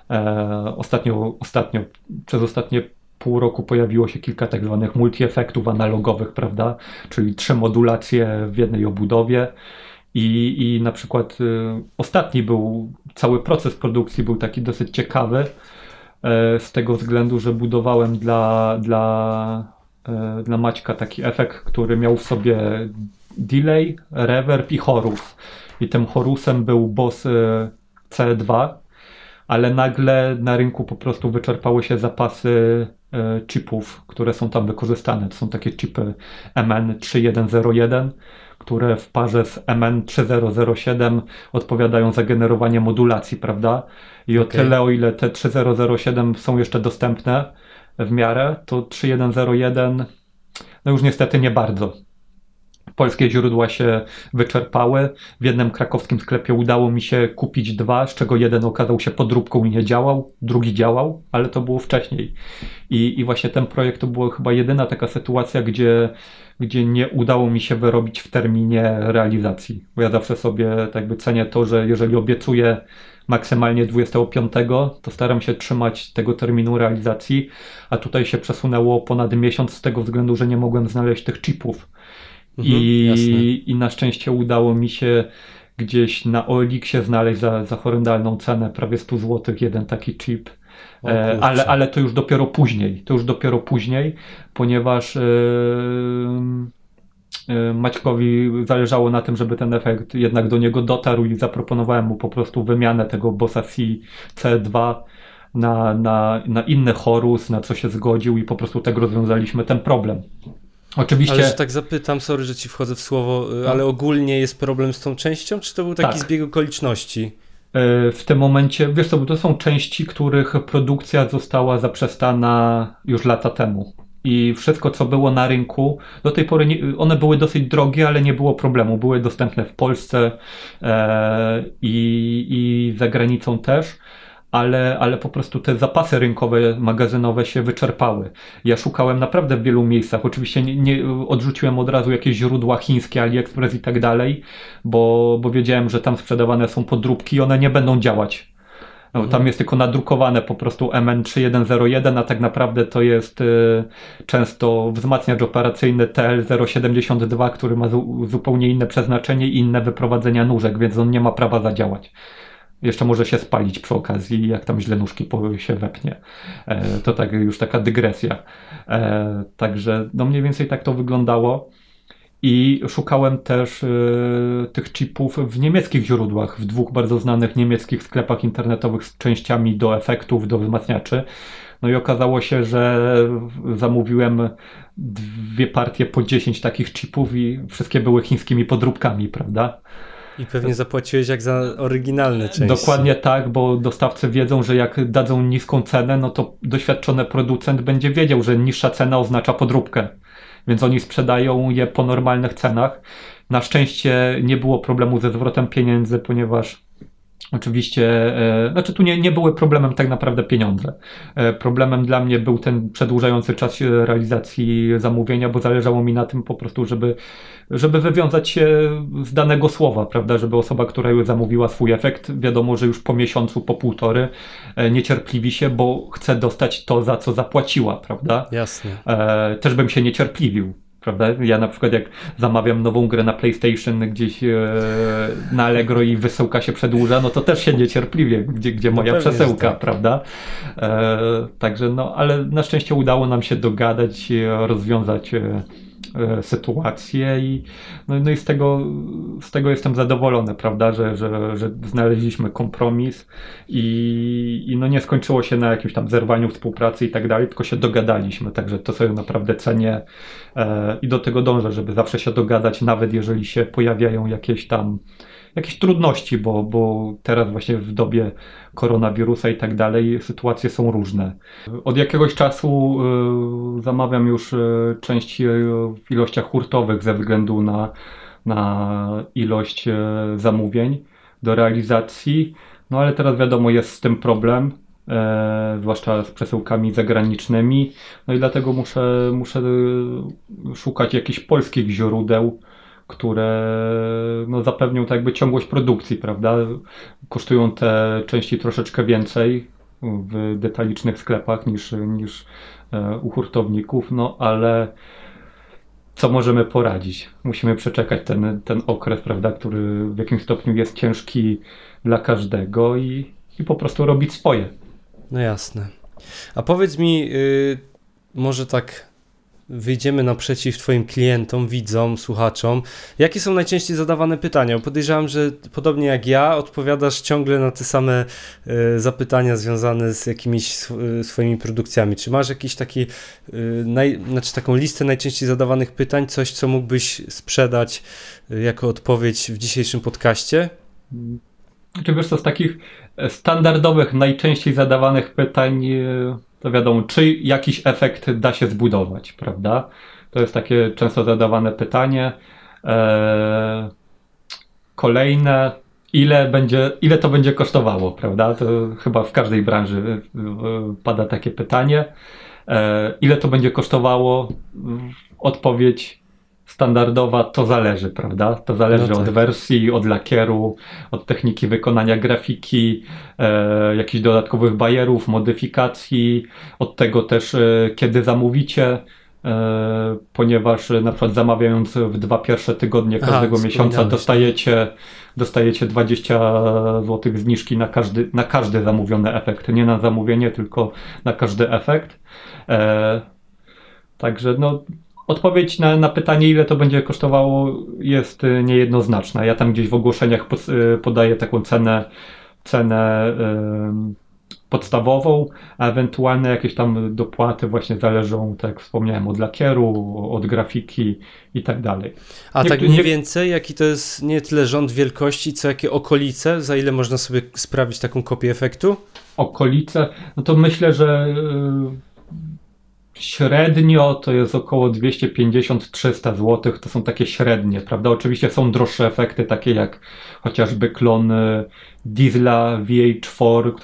Przez ostatnie pół roku pojawiło się kilka tak zwanych multi-efektów analogowych, prawda? Czyli 3 modulacje w jednej obudowie. I na przykład cały proces produkcji był taki dosyć ciekawy z tego względu, że budowałem dla Maćka taki efekt, który miał w sobie delay, reverb i chorus. I tym chorusem był Boss C2, ale nagle na rynku po prostu wyczerpały się zapasy chipów, które są tam wykorzystane. To są takie chipy MN3101, które w parze z MN3007 odpowiadają za generowanie modulacji, prawda? I o tyle, o ile te 3007 są jeszcze dostępne w miarę, to 3101 no już niestety nie bardzo. Polskie źródła się wyczerpały. W jednym krakowskim sklepie udało mi się kupić 2, z czego jeden okazał się podróbką i nie działał, drugi działał, ale to było wcześniej. I właśnie ten projekt to była chyba jedyna taka sytuacja, gdzie nie udało mi się wyrobić w terminie realizacji. Bo ja zawsze sobie tak jakby cenię to, że jeżeli obiecuję maksymalnie 25, to staram się trzymać tego terminu realizacji, a tutaj się przesunęło ponad miesiąc z tego względu, że nie mogłem znaleźć tych chipów. I na szczęście udało mi się gdzieś na OLX-ie znaleźć za horrendalną cenę, prawie 100 zł jeden taki chip. Ale to już dopiero później, ponieważ Maćkowi zależało na tym, żeby ten efekt jednak do niego dotarł i zaproponowałem mu po prostu wymianę tego Bossa C2 na inny chorus, na co się zgodził i po prostu tak rozwiązaliśmy ten problem. Oczywiście. Ale że tak zapytam, sorry, że ci wchodzę w słowo, ale ogólnie jest problem z tą częścią, czy to był taki zbieg okoliczności? W tym momencie, wiesz co, bo to są części, których produkcja została zaprzestana już lata temu. I wszystko, co było na rynku, do tej pory one były dosyć drogie, ale nie było problemu. Były dostępne w Polsce i za granicą też. Ale po prostu te zapasy rynkowe, magazynowe się wyczerpały. Ja szukałem naprawdę w wielu miejscach. Oczywiście nie odrzuciłem od razu jakieś źródła chińskie, AliExpress i tak dalej, bo wiedziałem, że tam sprzedawane są podróbki i one nie będą działać. Tam jest tylko nadrukowane po prostu MN3101, a tak naprawdę to jest często wzmacniacz operacyjny TL072, który ma zupełnie inne przeznaczenie i inne wyprowadzenia nóżek, więc on nie ma prawa zadziałać. Jeszcze może się spalić przy okazji, jak tam źle nóżki się wepnie. To tak już taka dygresja. Także no mniej więcej tak to wyglądało. I szukałem też tych chipów w niemieckich źródłach, w 2 bardzo znanych niemieckich sklepach internetowych z częściami do efektów, do wzmacniaczy. No i okazało się, że zamówiłem 2 partie po 10 takich chipów i wszystkie były chińskimi podróbkami, prawda? I pewnie zapłaciłeś jak za oryginalne części. Dokładnie tak, bo dostawcy wiedzą, że jak dadzą niską cenę, no to doświadczony producent będzie wiedział, że niższa cena oznacza podróbkę. Więc oni sprzedają je po normalnych cenach. Na szczęście nie było problemu ze zwrotem pieniędzy, ponieważ oczywiście, tu nie były problemem tak naprawdę pieniądze. Problemem dla mnie był ten przedłużający czas realizacji zamówienia, bo zależało mi na tym po prostu, żeby wywiązać się z danego słowa, prawda, żeby osoba, która już zamówiła swój efekt, wiadomo, że już po miesiącu, po półtory niecierpliwi się, bo chce dostać to, za co zapłaciła, prawda? Jasne. Też bym się niecierpliwił. Prawda? Ja na przykład jak zamawiam nową grę na PlayStation gdzieś na Allegro i wysyłka się przedłuża, no to też się niecierpliwie, gdzie moja przesyłka, tak. Prawda? Także no, ale na szczęście udało nam się dogadać, rozwiązać sytuację i, no i z tego jestem zadowolony, prawda, że znaleźliśmy kompromis i no nie skończyło się na jakimś tam zerwaniu współpracy i tak dalej, tylko się dogadaliśmy, także to sobie naprawdę cenię i do tego dążę, żeby zawsze się dogadać, nawet jeżeli się pojawiają jakieś trudności, bo teraz właśnie w dobie koronawirusa i tak dalej sytuacje są różne. Od jakiegoś czasu zamawiam już części w ilościach hurtowych ze względu na ilość zamówień do realizacji, no ale teraz wiadomo jest z tym problem, zwłaszcza z przesyłkami zagranicznymi, no i dlatego muszę szukać jakichś polskich źródeł, które no, zapewnią tak jakby ciągłość produkcji, prawda? Kosztują te części troszeczkę więcej w detalicznych sklepach niż u hurtowników, no ale co możemy poradzić? Musimy przeczekać ten okres, prawda, który w jakimś stopniu jest ciężki dla każdego i po prostu robić swoje. No jasne. A powiedz mi, może tak wyjdziemy naprzeciw twoim klientom, widzom, słuchaczom. Jakie są najczęściej zadawane pytania? Podejrzewam, że podobnie jak ja odpowiadasz ciągle na te same zapytania związane z jakimiś swoimi produkcjami. Czy masz jakiś taki, taką listę najczęściej zadawanych pytań, coś co mógłbyś sprzedać jako odpowiedź w dzisiejszym podcaście? Czy wiesz co, z takich standardowych, najczęściej zadawanych pytań to wiadomo, czy jakiś efekt da się zbudować, prawda? To jest takie często zadawane pytanie. Kolejne, ile to będzie kosztowało, prawda? To chyba w każdej branży pada takie pytanie. Ile to będzie kosztowało? Odpowiedź standardowa, to zależy, prawda? To zależy No tak. od wersji, od lakieru, od techniki wykonania grafiki, jakichś dodatkowych bajerów, modyfikacji, od tego też kiedy zamówicie, ponieważ na przykład zamawiając w 2 pierwsze tygodnie każdego miesiąca dostajecie 20 zł zniżki na każdy zamówiony efekt, nie na zamówienie, tylko na każdy efekt. Także no odpowiedź na pytanie, ile to będzie kosztowało, jest niejednoznaczna. Ja tam gdzieś w ogłoszeniach podaję taką cenę podstawową, a ewentualne jakieś tam dopłaty właśnie zależą, tak jak wspomniałem, od lakieru, od grafiki i tak dalej. A tak mniej więcej, jaki to jest nie tyle rząd wielkości, co jakie okolice, za ile można sobie sprawić taką kopię efektu? Okolice, no to myślę, że średnio to jest około 250-300 zł, to są takie średnie, prawda? Oczywiście są droższe efekty, takie jak chociażby klon Diesla VH4,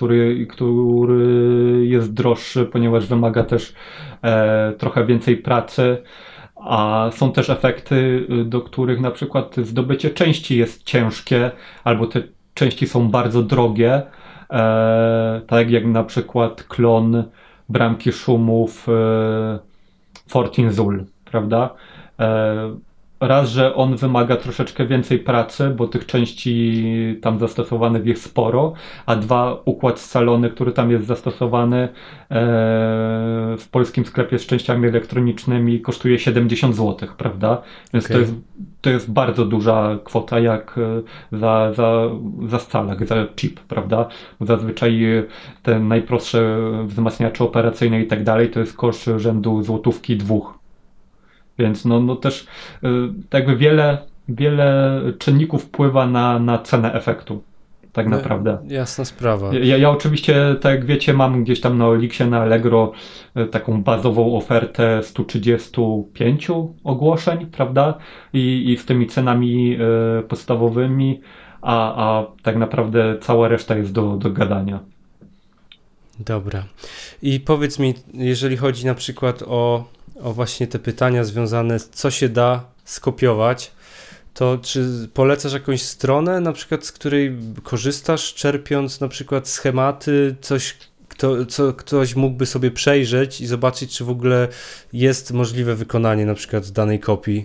który jest droższy, ponieważ wymaga też trochę więcej pracy, a są też efekty, do których na przykład zdobycie części jest ciężkie, albo te części są bardzo drogie, tak jak na przykład klon bramki szumów Fortin Zul, prawda? Raz, że on wymaga troszeczkę więcej pracy, bo tych części tam zastosowanych jest sporo, a dwa, układ scalony, który tam jest zastosowany w polskim sklepie z częściami elektronicznymi kosztuje 70 zł, prawda? Więc Okay. to jest bardzo duża kwota jak za scalak, za chip, prawda? Zazwyczaj te najprostsze wzmacniacze operacyjne i tak dalej to jest koszt rzędu złotówki 2. Więc no też tak jakby wiele czynników wpływa na cenę efektu, tak naprawdę. Jasna sprawa. Ja oczywiście, tak jak wiecie, mam gdzieś tam na Oliksie, na Allegro taką bazową ofertę 135 ogłoszeń, prawda? I z tymi cenami podstawowymi, a tak naprawdę cała reszta jest do gadania. Dobra. I powiedz mi, jeżeli chodzi na przykład o właśnie te pytania związane z co się da skopiować, to czy polecasz jakąś stronę, na przykład z której korzystasz, czerpiąc na przykład schematy, coś, co ktoś mógłby sobie przejrzeć i zobaczyć, czy w ogóle jest możliwe wykonanie na przykład danej kopii?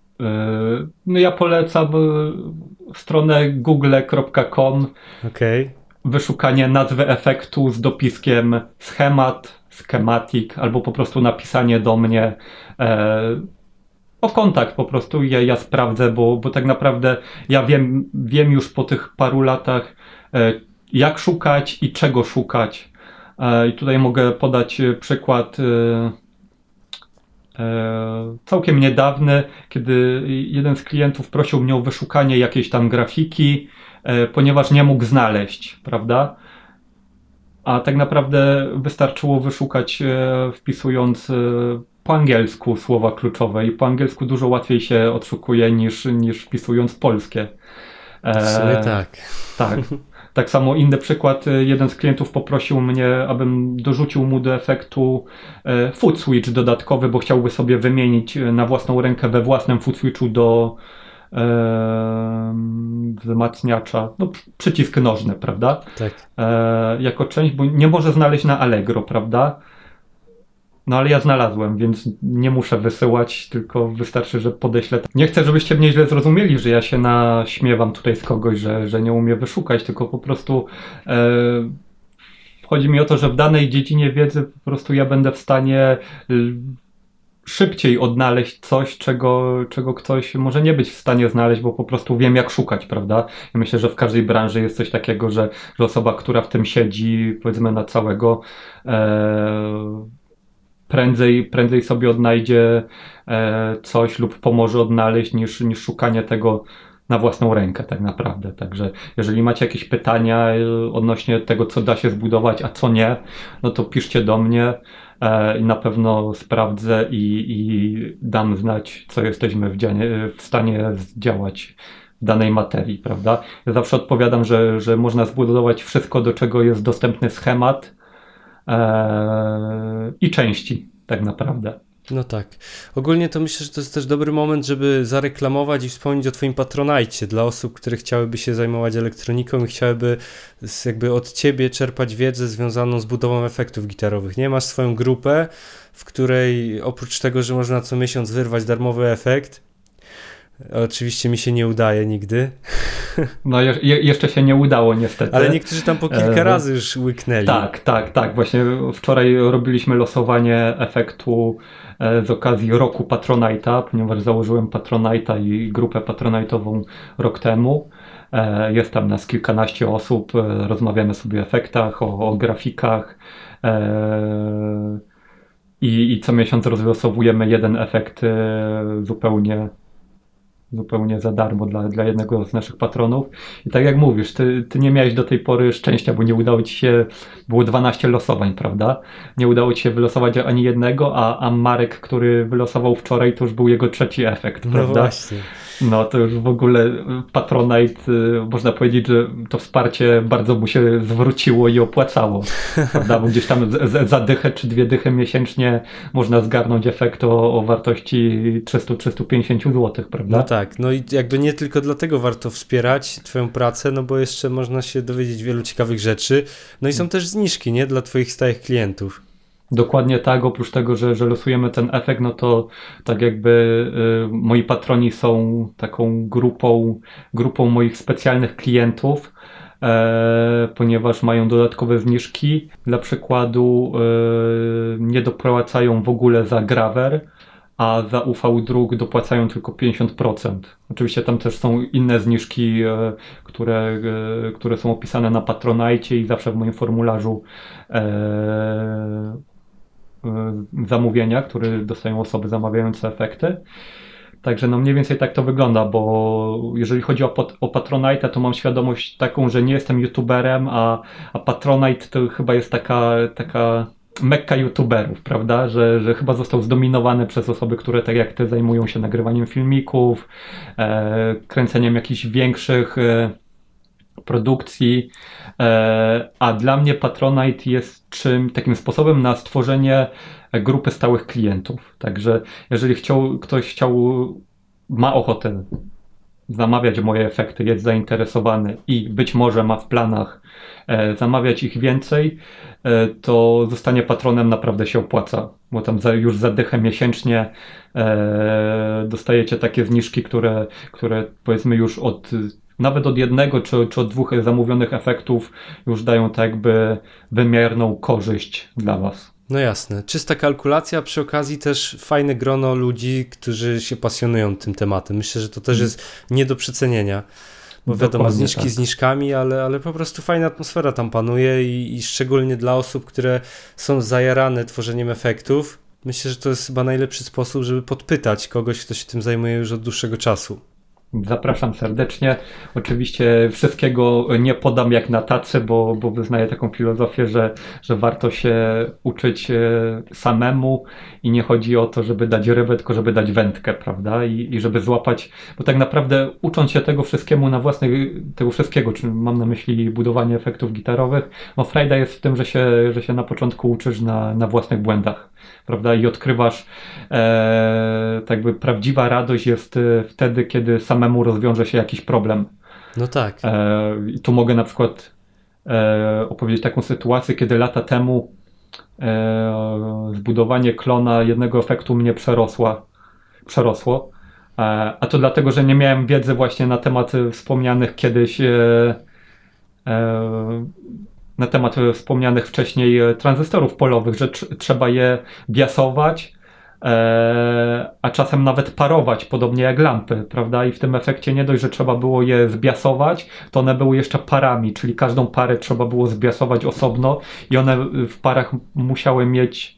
No ja polecam stronę google.com. Okej. Wyszukanie nazwy efektu z dopiskiem schemat, schematic, albo po prostu napisanie do mnie. o kontakt po prostu. Ja sprawdzę, bo tak naprawdę ja wiem już po tych paru latach, jak szukać i czego szukać. I tutaj mogę podać przykład całkiem niedawny, kiedy jeden z klientów prosił mnie o wyszukanie jakiejś tam grafiki, ponieważ nie mógł znaleźć, prawda? A tak naprawdę wystarczyło wyszukać, wpisując po angielsku słowa kluczowe i po angielsku dużo łatwiej się odszukuje niż wpisując polskie. W sumie tak. Tak. Tak samo inny przykład, jeden z klientów poprosił mnie, abym dorzucił mu do efektu foot switch dodatkowy, bo chciałby sobie wymienić na własną rękę we własnym foot switchu do wzmacniacza, no przycisk nożny, prawda? Tak. Jako część, bo nie może znaleźć na Allegro, prawda? No ale ja znalazłem, więc nie muszę wysyłać, tylko wystarczy, że podeślę. Nie chcę, żebyście mnie źle zrozumieli, że ja się naśmiewam tutaj z kogoś, że nie umie wyszukać, tylko po prostu chodzi mi o to, że w danej dziedzinie wiedzy po prostu ja będę w stanie szybciej odnaleźć coś, czego ktoś może nie być w stanie znaleźć, bo po prostu wiem, jak szukać, prawda? Ja myślę, że w każdej branży jest coś takiego, że osoba, która w tym siedzi, powiedzmy na całego, prędzej sobie odnajdzie coś lub pomoże odnaleźć niż szukanie tego na własną rękę tak naprawdę. Także jeżeli macie jakieś pytania odnośnie tego, co da się zbudować, a co nie, no to piszcie do mnie i na pewno sprawdzę i dam znać, co jesteśmy w stanie zdziałać w danej materii, prawda? Ja zawsze odpowiadam, że można zbudować wszystko, do czego jest dostępny schemat i części tak naprawdę. No tak. Ogólnie to myślę, że to jest też dobry moment, żeby zareklamować i wspomnieć o twoim Patronite dla osób, które chciałyby się zajmować elektroniką i chciałyby jakby od ciebie czerpać wiedzę związaną z budową efektów gitarowych. Nie masz swoją grupę, w której oprócz tego, że można co miesiąc wyrwać darmowy efekt, oczywiście mi się nie udaje nigdy. No jeszcze się nie udało niestety. Ale niektórzy tam po kilka razy już łyknęli. Tak. Właśnie wczoraj robiliśmy losowanie efektu z okazji roku Patronite'a, ponieważ założyłem Patronite'a i grupę Patronite'ową rok temu. Jest tam nas kilkanaście osób, rozmawiamy sobie o efektach, o grafikach i co miesiąc rozlosowujemy jeden efekt zupełnie za darmo dla jednego z naszych patronów. I tak jak mówisz, ty nie miałeś do tej pory szczęścia, bo nie udało ci się, było 12 losowań, prawda? Nie udało ci się wylosować ani jednego, a Marek, który wylosował wczoraj, to już był jego trzeci efekt, prawda? No właśnie. No to już w ogóle Patronite, można powiedzieć, że to wsparcie bardzo mu się zwróciło i opłacało, prawda? Bo gdzieś tam za dychę czy 2 dychy miesięcznie można zgarnąć efekt o wartości 300-350 zł, prawda? No tak, no i jakby nie tylko dlatego warto wspierać twoją pracę, no bo jeszcze można się dowiedzieć wielu ciekawych rzeczy, no i są też zniżki, nie? Dla twoich stałych klientów. Dokładnie tak, oprócz tego, że losujemy ten efekt, no to tak jakby moi patroni są taką grupą moich specjalnych klientów, ponieważ mają dodatkowe zniżki. Dla przykładu nie dopłacają w ogóle za grawer, a za UV druk dopłacają tylko 50%. Oczywiście tam też są inne zniżki, które są opisane na Patronite i zawsze w moim formularzu zamówienia, które dostają osoby zamawiające efekty. Także no mniej więcej tak to wygląda, bo jeżeli chodzi o Patronite, to mam świadomość taką, że nie jestem youtuberem, a Patronite to chyba jest taka mekka youtuberów, prawda? Że chyba został zdominowany przez osoby, które tak jak ty zajmują się nagrywaniem filmików, kręceniem jakichś większych produkcji, a dla mnie Patronite jest takim sposobem na stworzenie grupy stałych klientów. Także jeżeli ktoś ma ochotę zamawiać moje efekty, jest zainteresowany i być może ma w planach zamawiać ich więcej, to zostanie patronem naprawdę się opłaca, bo tam już za dychę miesięcznie dostajecie takie zniżki, które powiedzmy już nawet od jednego czy od 2 zamówionych efektów już dają tak jakby wymierną korzyść dla was. No jasne. Czysta kalkulacja, przy okazji też fajne grono ludzi, którzy się pasjonują tym tematem. Myślę, że to też jest nie do przecenienia. Bo wiadomo, Dokładnie zniżki tak. zniżkami, ale po prostu fajna atmosfera tam panuje i szczególnie dla osób, które są zajarane tworzeniem efektów. Myślę, że to jest chyba najlepszy sposób, żeby podpytać kogoś, kto się tym zajmuje już od dłuższego czasu. Zapraszam serdecznie. Oczywiście wszystkiego nie podam jak na tacy, bo wyznaję taką filozofię, że warto się uczyć samemu i nie chodzi o to, żeby dać rybę, tylko żeby dać wędkę, prawda? I żeby złapać, bo tak naprawdę ucząc się tego wszystkiego tego wszystkiego, czyli mam na myśli budowanie efektów gitarowych, no frajda jest w tym, że się na początku uczysz na własnych błędach, prawda? I odkrywasz, tak jakby prawdziwa radość jest wtedy, kiedy samemu rozwiąże się jakiś problem. No tak. I tu mogę na przykład opowiedzieć taką sytuację, kiedy lata temu zbudowanie klona jednego efektu mnie przerosło. A to dlatego, że nie miałem wiedzy właśnie na temat wspomnianych kiedyś na temat wspomnianych wcześniej tranzystorów polowych, że trzeba je biasować, a czasem nawet parować, podobnie jak lampy, prawda? I w tym efekcie nie dość, że trzeba było je zbiasować, to one były jeszcze parami, czyli każdą parę trzeba było zbiasować osobno i one w parach musiały mieć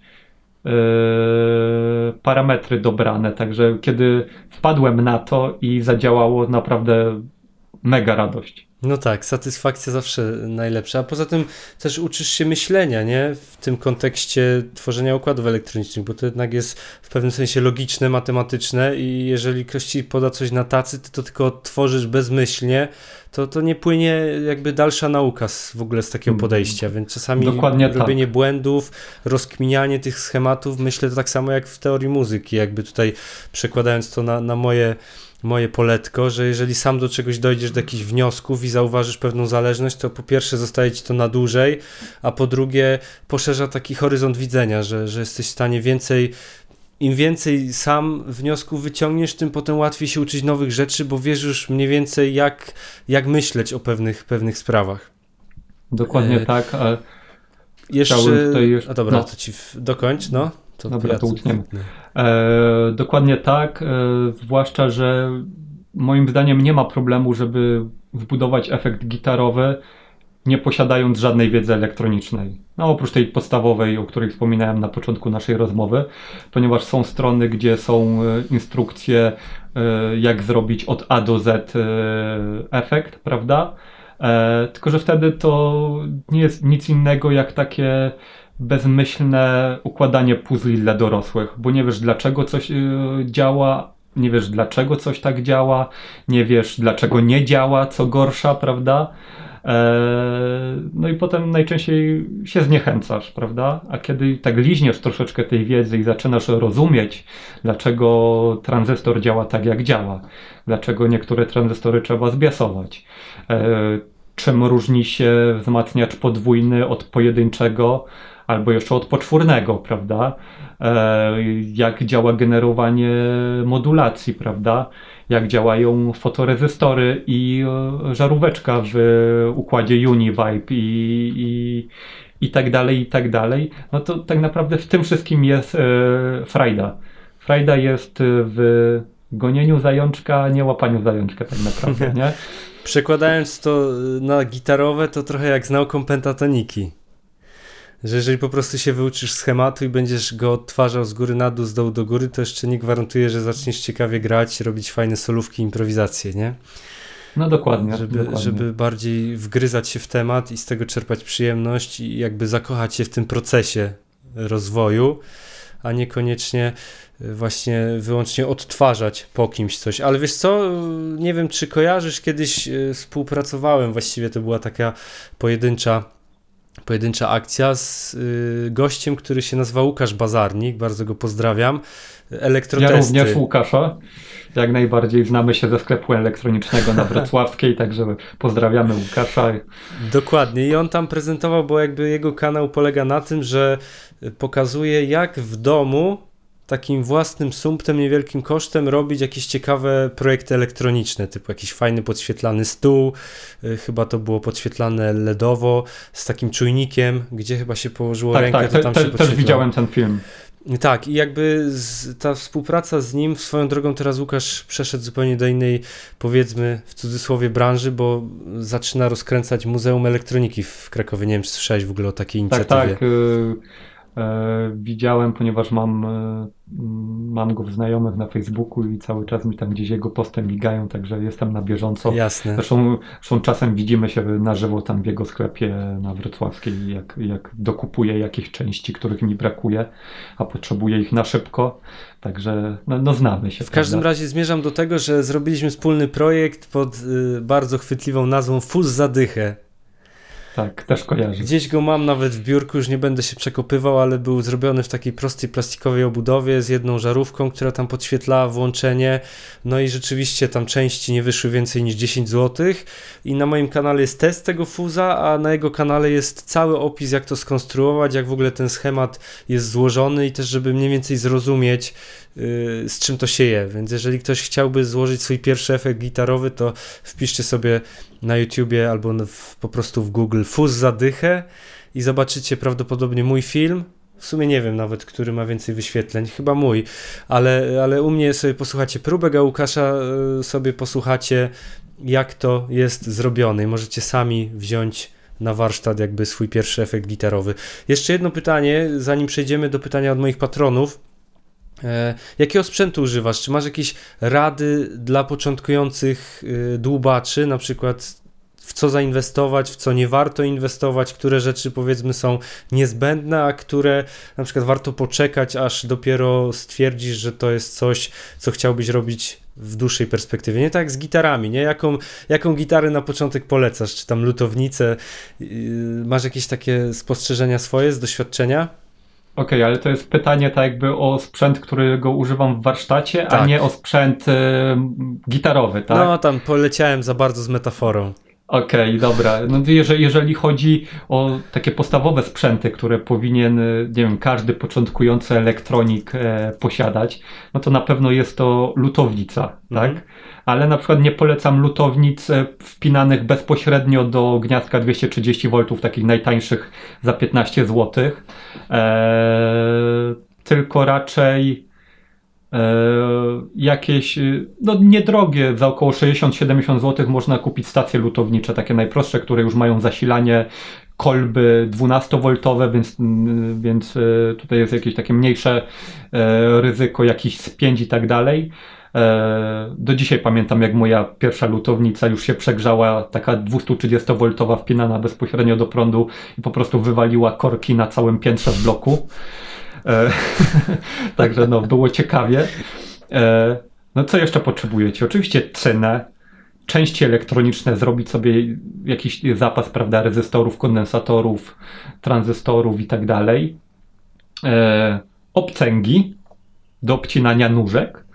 parametry dobrane, także kiedy wpadłem na to i zadziałało, naprawdę mega radość. No tak, satysfakcja zawsze najlepsza, a poza tym też uczysz się myślenia, nie? W tym kontekście tworzenia układów elektronicznych, bo to jednak jest w pewnym sensie logiczne, matematyczne i jeżeli ktoś ci poda coś na tacy, ty to tylko tworzysz bezmyślnie, to nie płynie jakby dalsza nauka w ogóle z takiego podejścia, więc czasami Dokładnie robienie tak. błędów, rozkminianie tych schematów, myślę to tak samo jak w teorii muzyki, jakby tutaj przekładając to na moje poletko, że jeżeli sam do czegoś dojdziesz, do jakichś wniosków i zauważysz pewną zależność, to po pierwsze zostaje ci to na dłużej, a po drugie poszerza taki horyzont widzenia, że jesteś w stanie im więcej sam wniosków wyciągniesz, tym potem łatwiej się uczyć nowych rzeczy, bo wiesz już mniej więcej jak myśleć o pewnych sprawach. Dokładnie tak. Jeszcze... A dobra, no. to ci dokończ, no. To Dobra, to utniemy. No. Dokładnie tak, zwłaszcza, że moim zdaniem nie ma problemu, żeby zbudować efekt gitarowy, nie posiadając żadnej wiedzy elektronicznej. No oprócz tej podstawowej, o której wspominałem na początku naszej rozmowy, ponieważ są strony, gdzie są instrukcje, jak zrobić od A do Z efekt, prawda? Tylko że wtedy to nie jest nic innego jak takie bezmyślne układanie puzli dla dorosłych, bo nie wiesz dlaczego coś działa, nie wiesz dlaczego coś tak działa, nie wiesz dlaczego nie działa, co gorsza, prawda? No i potem najczęściej się zniechęcasz, prawda? A kiedy tak liźniesz troszeczkę tej wiedzy i zaczynasz rozumieć, dlaczego tranzystor działa tak jak działa, dlaczego niektóre tranzystory trzeba zbiasować, czym różni się wzmacniacz podwójny od pojedynczego, albo jeszcze od poczwórnego, prawda? Jak działa generowanie modulacji, prawda? Jak działają fotorezystory i żaróweczka w układzie Univibe i tak dalej, i tak dalej. No to tak naprawdę w tym wszystkim jest frajda. Frajda jest w gonieniu zajączka, nie łapaniu zajączka tak naprawdę, nie? Przekładając to na gitarowe, to trochę jak z nauką pentatoniki. Że jeżeli po prostu się wyuczysz schematu i będziesz go odtwarzał z góry na dół, z dołu do góry, to jeszcze nie gwarantuje, że zaczniesz ciekawie grać, robić fajne solówki, improwizacje, nie? No dokładnie. Żeby bardziej wgryzać się w temat i z tego czerpać przyjemność i jakby zakochać się w tym procesie rozwoju, a niekoniecznie właśnie wyłącznie odtwarzać po kimś coś. Ale wiesz co, nie wiem czy kojarzysz, kiedyś współpracowałem, właściwie to była taka pojedyncza akcja z gościem, który się nazywa Łukasz Bazarnik, bardzo go pozdrawiam. Elektrotesty. Ja również Łukasza, jak najbardziej znamy się ze sklepu elektronicznego na Wrocławskiej, także pozdrawiamy Łukasza. Dokładnie i on tam prezentował, bo jakby jego kanał polega na tym, że pokazuje jak w domu takim własnym sumptem, niewielkim kosztem robić jakieś ciekawe projekty elektroniczne, typu jakiś fajny podświetlany stół, chyba to było podświetlane LEDowo, z takim czujnikiem, gdzie chyba się położyło rękę, to tam się podświetlało. Też widziałem ten film. Tak, i jakby ta współpraca z nim, swoją drogą teraz Łukasz przeszedł zupełnie do innej, powiedzmy w cudzysłowie, branży, bo zaczyna rozkręcać Muzeum Elektroniki w Krakowie. Nie wiem, czy słyszałeś w ogóle o takiej inicjatywie. Tak. Widziałem, ponieważ mam go w znajomych na Facebooku i cały czas mi tam gdzieś jego posty migają, także jestem na bieżąco. Jasne. Zresztą czasem widzimy się na żywo tam w jego sklepie na Wrocławskiej, jak dokupuję jakieś części, których mi brakuje, a potrzebuję ich na szybko. Także no znamy się. W każdym razie zmierzam do tego, że zrobiliśmy wspólny projekt pod bardzo chwytliwą nazwą Fuz za dychę. Tak, też kojarzę. Gdzieś go mam nawet w biurku, już nie będę się przekopywał, ale był zrobiony w takiej prostej plastikowej obudowie z jedną żarówką, która tam podświetlała włączenie. No i rzeczywiście tam części nie wyszły więcej niż 10 zł. I na moim kanale jest test tego fuza, a na jego kanale jest cały opis, jak to skonstruować, jak w ogóle ten schemat jest złożony i też, żeby mniej więcej zrozumieć, z czym to się je. Więc jeżeli ktoś chciałby złożyć swój pierwszy efekt gitarowy, to wpiszcie sobie na YouTubie albo po prostu w Google Fuz za dychę i zobaczycie prawdopodobnie mój film. W sumie nie wiem nawet, który ma więcej wyświetleń, chyba mój, ale u mnie sobie posłuchacie próbek, a Łukasza sobie posłuchacie, jak to jest zrobione i możecie sami wziąć na warsztat jakby swój pierwszy efekt gitarowy. Jeszcze jedno pytanie, zanim przejdziemy do pytania od moich patronów. Jakiego sprzętu używasz? Czy masz jakieś rady dla początkujących dłubaczy, na przykład w co zainwestować, w co nie warto inwestować, które rzeczy powiedzmy są niezbędne, a które na przykład warto poczekać, aż dopiero stwierdzisz, że to jest coś, co chciałbyś robić w dłuższej perspektywie. Nie tak jak z gitarami, nie? Jaką gitarę na początek polecasz? Czy tam lutownicę? Masz jakieś takie spostrzeżenia swoje z doświadczenia? Okej, ale to jest pytanie tak jakby o sprzęt, którego używam w warsztacie, tak, a nie o sprzęt gitarowy, tak? No tam poleciałem za bardzo z metaforą. Okej, dobra. No jeżeli chodzi o takie podstawowe sprzęty, które powinien, nie wiem, każdy początkujący elektronik posiadać, no to na pewno jest to lutownica, tak? Ale na przykład nie polecam lutownic wpinanych bezpośrednio do gniazdka 230 V, takich najtańszych za 15 zł, tylko raczej jakieś, no niedrogie, za około 60-70 zł można kupić stacje lutownicze, takie najprostsze, które już mają zasilanie kolby 12V, więc tutaj jest jakieś takie mniejsze ryzyko jakichś spięć i tak dalej. Do dzisiaj pamiętam, jak moja pierwsza lutownica już się przegrzała, taka 230V wpinana bezpośrednio do prądu i po prostu wywaliła korki na całym piętrze w bloku. Także no, było ciekawie. No co jeszcze potrzebujecie? Oczywiście cynę, części elektroniczne, zrobić sobie jakiś zapas, prawda, rezystorów, kondensatorów, tranzystorów i tak dalej. Obcęgi do obcinania nóżek.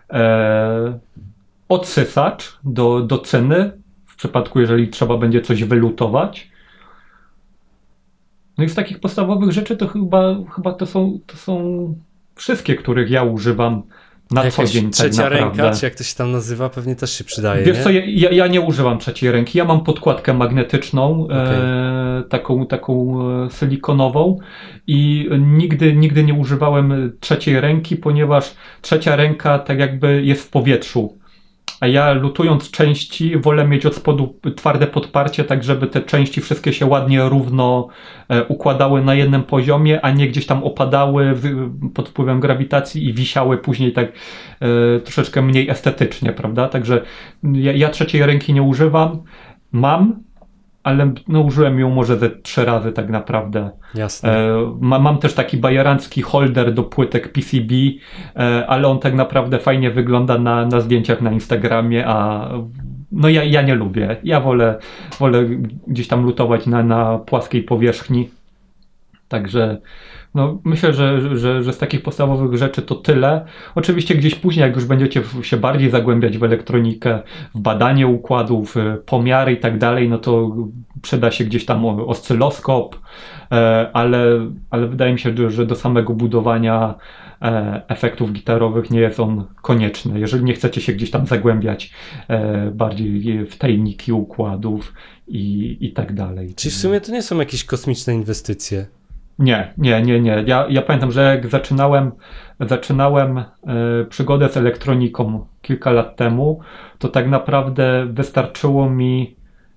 Odsysacz do cyny, w przypadku jeżeli trzeba będzie coś wylutować. No i z takich podstawowych rzeczy to chyba to są wszystkie, których ja używam na co dzień. Trzecia tak ręka, czy jak to się tam nazywa, pewnie też się przydaje. Wiesz nie? co, ja nie używam trzeciej ręki. Ja mam podkładkę magnetyczną, taką silikonową i nigdy nie używałem trzeciej ręki, ponieważ trzecia ręka tak jakby jest w powietrzu. A ja lutując części wolę mieć od spodu twarde podparcie, tak żeby te części wszystkie się ładnie, równo układały na jednym poziomie, a nie gdzieś tam opadały pod wpływem grawitacji i wisiały później tak troszeczkę mniej estetycznie, prawda? Także ja trzeciej ręki nie używam. Mam, ale no, użyłem ją może ze 3 razy tak naprawdę. Jasne. Mam też taki bajerancki holder do płytek PCB, ale on tak naprawdę fajnie wygląda na zdjęciach na Instagramie, a no ja nie lubię. Ja wolę gdzieś tam lutować na płaskiej powierzchni. Także no, myślę, że z takich podstawowych rzeczy to tyle. Oczywiście gdzieś później, jak już będziecie się bardziej zagłębiać w elektronikę, w badanie układów, pomiary i tak dalej, no to przyda się gdzieś tam oscyloskop, ale wydaje mi się, że do samego budowania efektów gitarowych nie jest on konieczny. Jeżeli nie chcecie się gdzieś tam zagłębiać bardziej w tajniki układów i tak dalej. Czyli w sumie to nie są jakieś kosmiczne inwestycje. Nie. Ja pamiętam, że jak zaczynałem przygodę z elektroniką kilka lat temu, to tak naprawdę wystarczyło mi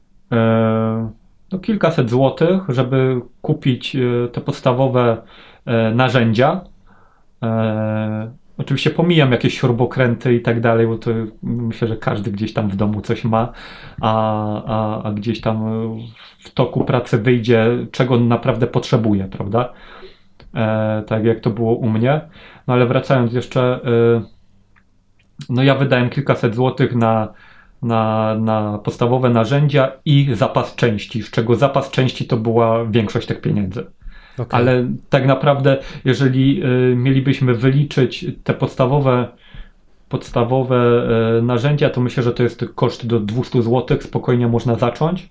kilkaset złotych, żeby kupić te podstawowe narzędzia. Oczywiście pomijam jakieś śrubokręty i tak dalej, bo to myślę, że każdy gdzieś tam w domu coś ma, a gdzieś tam w toku pracy wyjdzie, czego naprawdę potrzebuje, prawda? Tak jak to było u mnie. No ale wracając jeszcze, no ja wydałem kilkaset złotych na podstawowe narzędzia i zapas części, z czego zapas części to była większość tych pieniędzy. Okay. Ale tak naprawdę, jeżeli mielibyśmy wyliczyć te podstawowe narzędzia, to myślę, że to jest koszt do 200 zł, spokojnie można zacząć.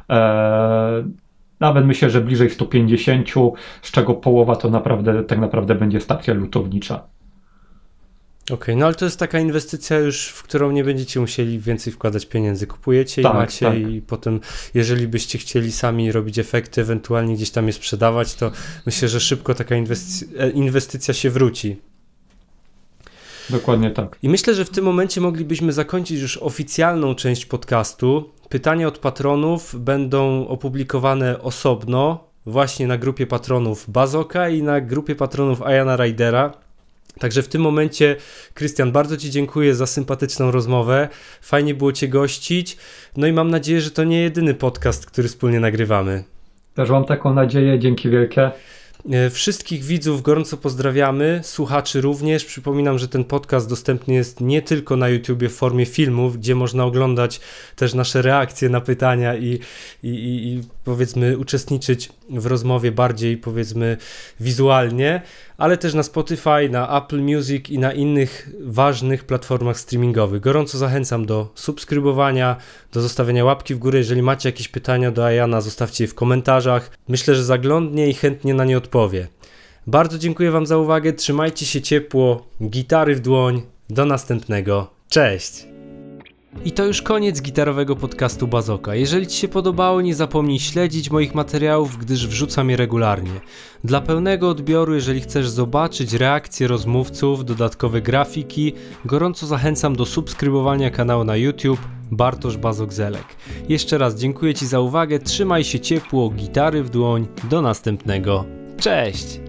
Nawet myślę, że bliżej 150, z czego połowa to tak naprawdę będzie stacja lutownicza. Okej, no ale to jest taka inwestycja już, w którą nie będziecie musieli więcej wkładać pieniędzy. Kupujecie i macie i potem, jeżeli byście chcieli sami robić efekty, ewentualnie gdzieś tam je sprzedawać, to myślę, że szybko taka inwestycja się wróci. Dokładnie tak. I myślę, że w tym momencie moglibyśmy zakończyć już oficjalną część podcastu. Pytania od patronów będą opublikowane osobno właśnie na grupie patronów Bazoka i na grupie patronów Iana Rydera. Także w tym momencie, Krystian, bardzo Ci dziękuję za sympatyczną rozmowę. Fajnie było Cię gościć. No i mam nadzieję, że to nie jedyny podcast, który wspólnie nagrywamy. Też mam taką nadzieję. Dzięki wielkie. Wszystkich widzów gorąco pozdrawiamy, słuchaczy również. Przypominam, że ten podcast dostępny jest nie tylko na YouTubie w formie filmów, gdzie można oglądać też nasze reakcje na pytania i powiedzmy uczestniczyć w rozmowie bardziej powiedzmy wizualnie, ale też na Spotify, na Apple Music i na innych ważnych platformach streamingowych. Gorąco zachęcam do subskrybowania, do zostawienia łapki w górę. Jeżeli macie jakieś pytania do Iana, zostawcie je w komentarzach. Myślę, że zaglądnie i chętnie na nie odpowie. Bardzo dziękuję Wam za uwagę, trzymajcie się ciepło, gitary w dłoń, do następnego, cześć! I to już koniec gitarowego podcastu Bazoka. Jeżeli Ci się podobało, nie zapomnij śledzić moich materiałów, gdyż wrzucam je regularnie. Dla pełnego odbioru, jeżeli chcesz zobaczyć reakcje rozmówców, dodatkowe grafiki, gorąco zachęcam do subskrybowania kanału na YouTube Bartosz Bazok-Zelek. Jeszcze raz dziękuję Ci za uwagę, trzymaj się ciepło, gitary w dłoń, do następnego, cześć!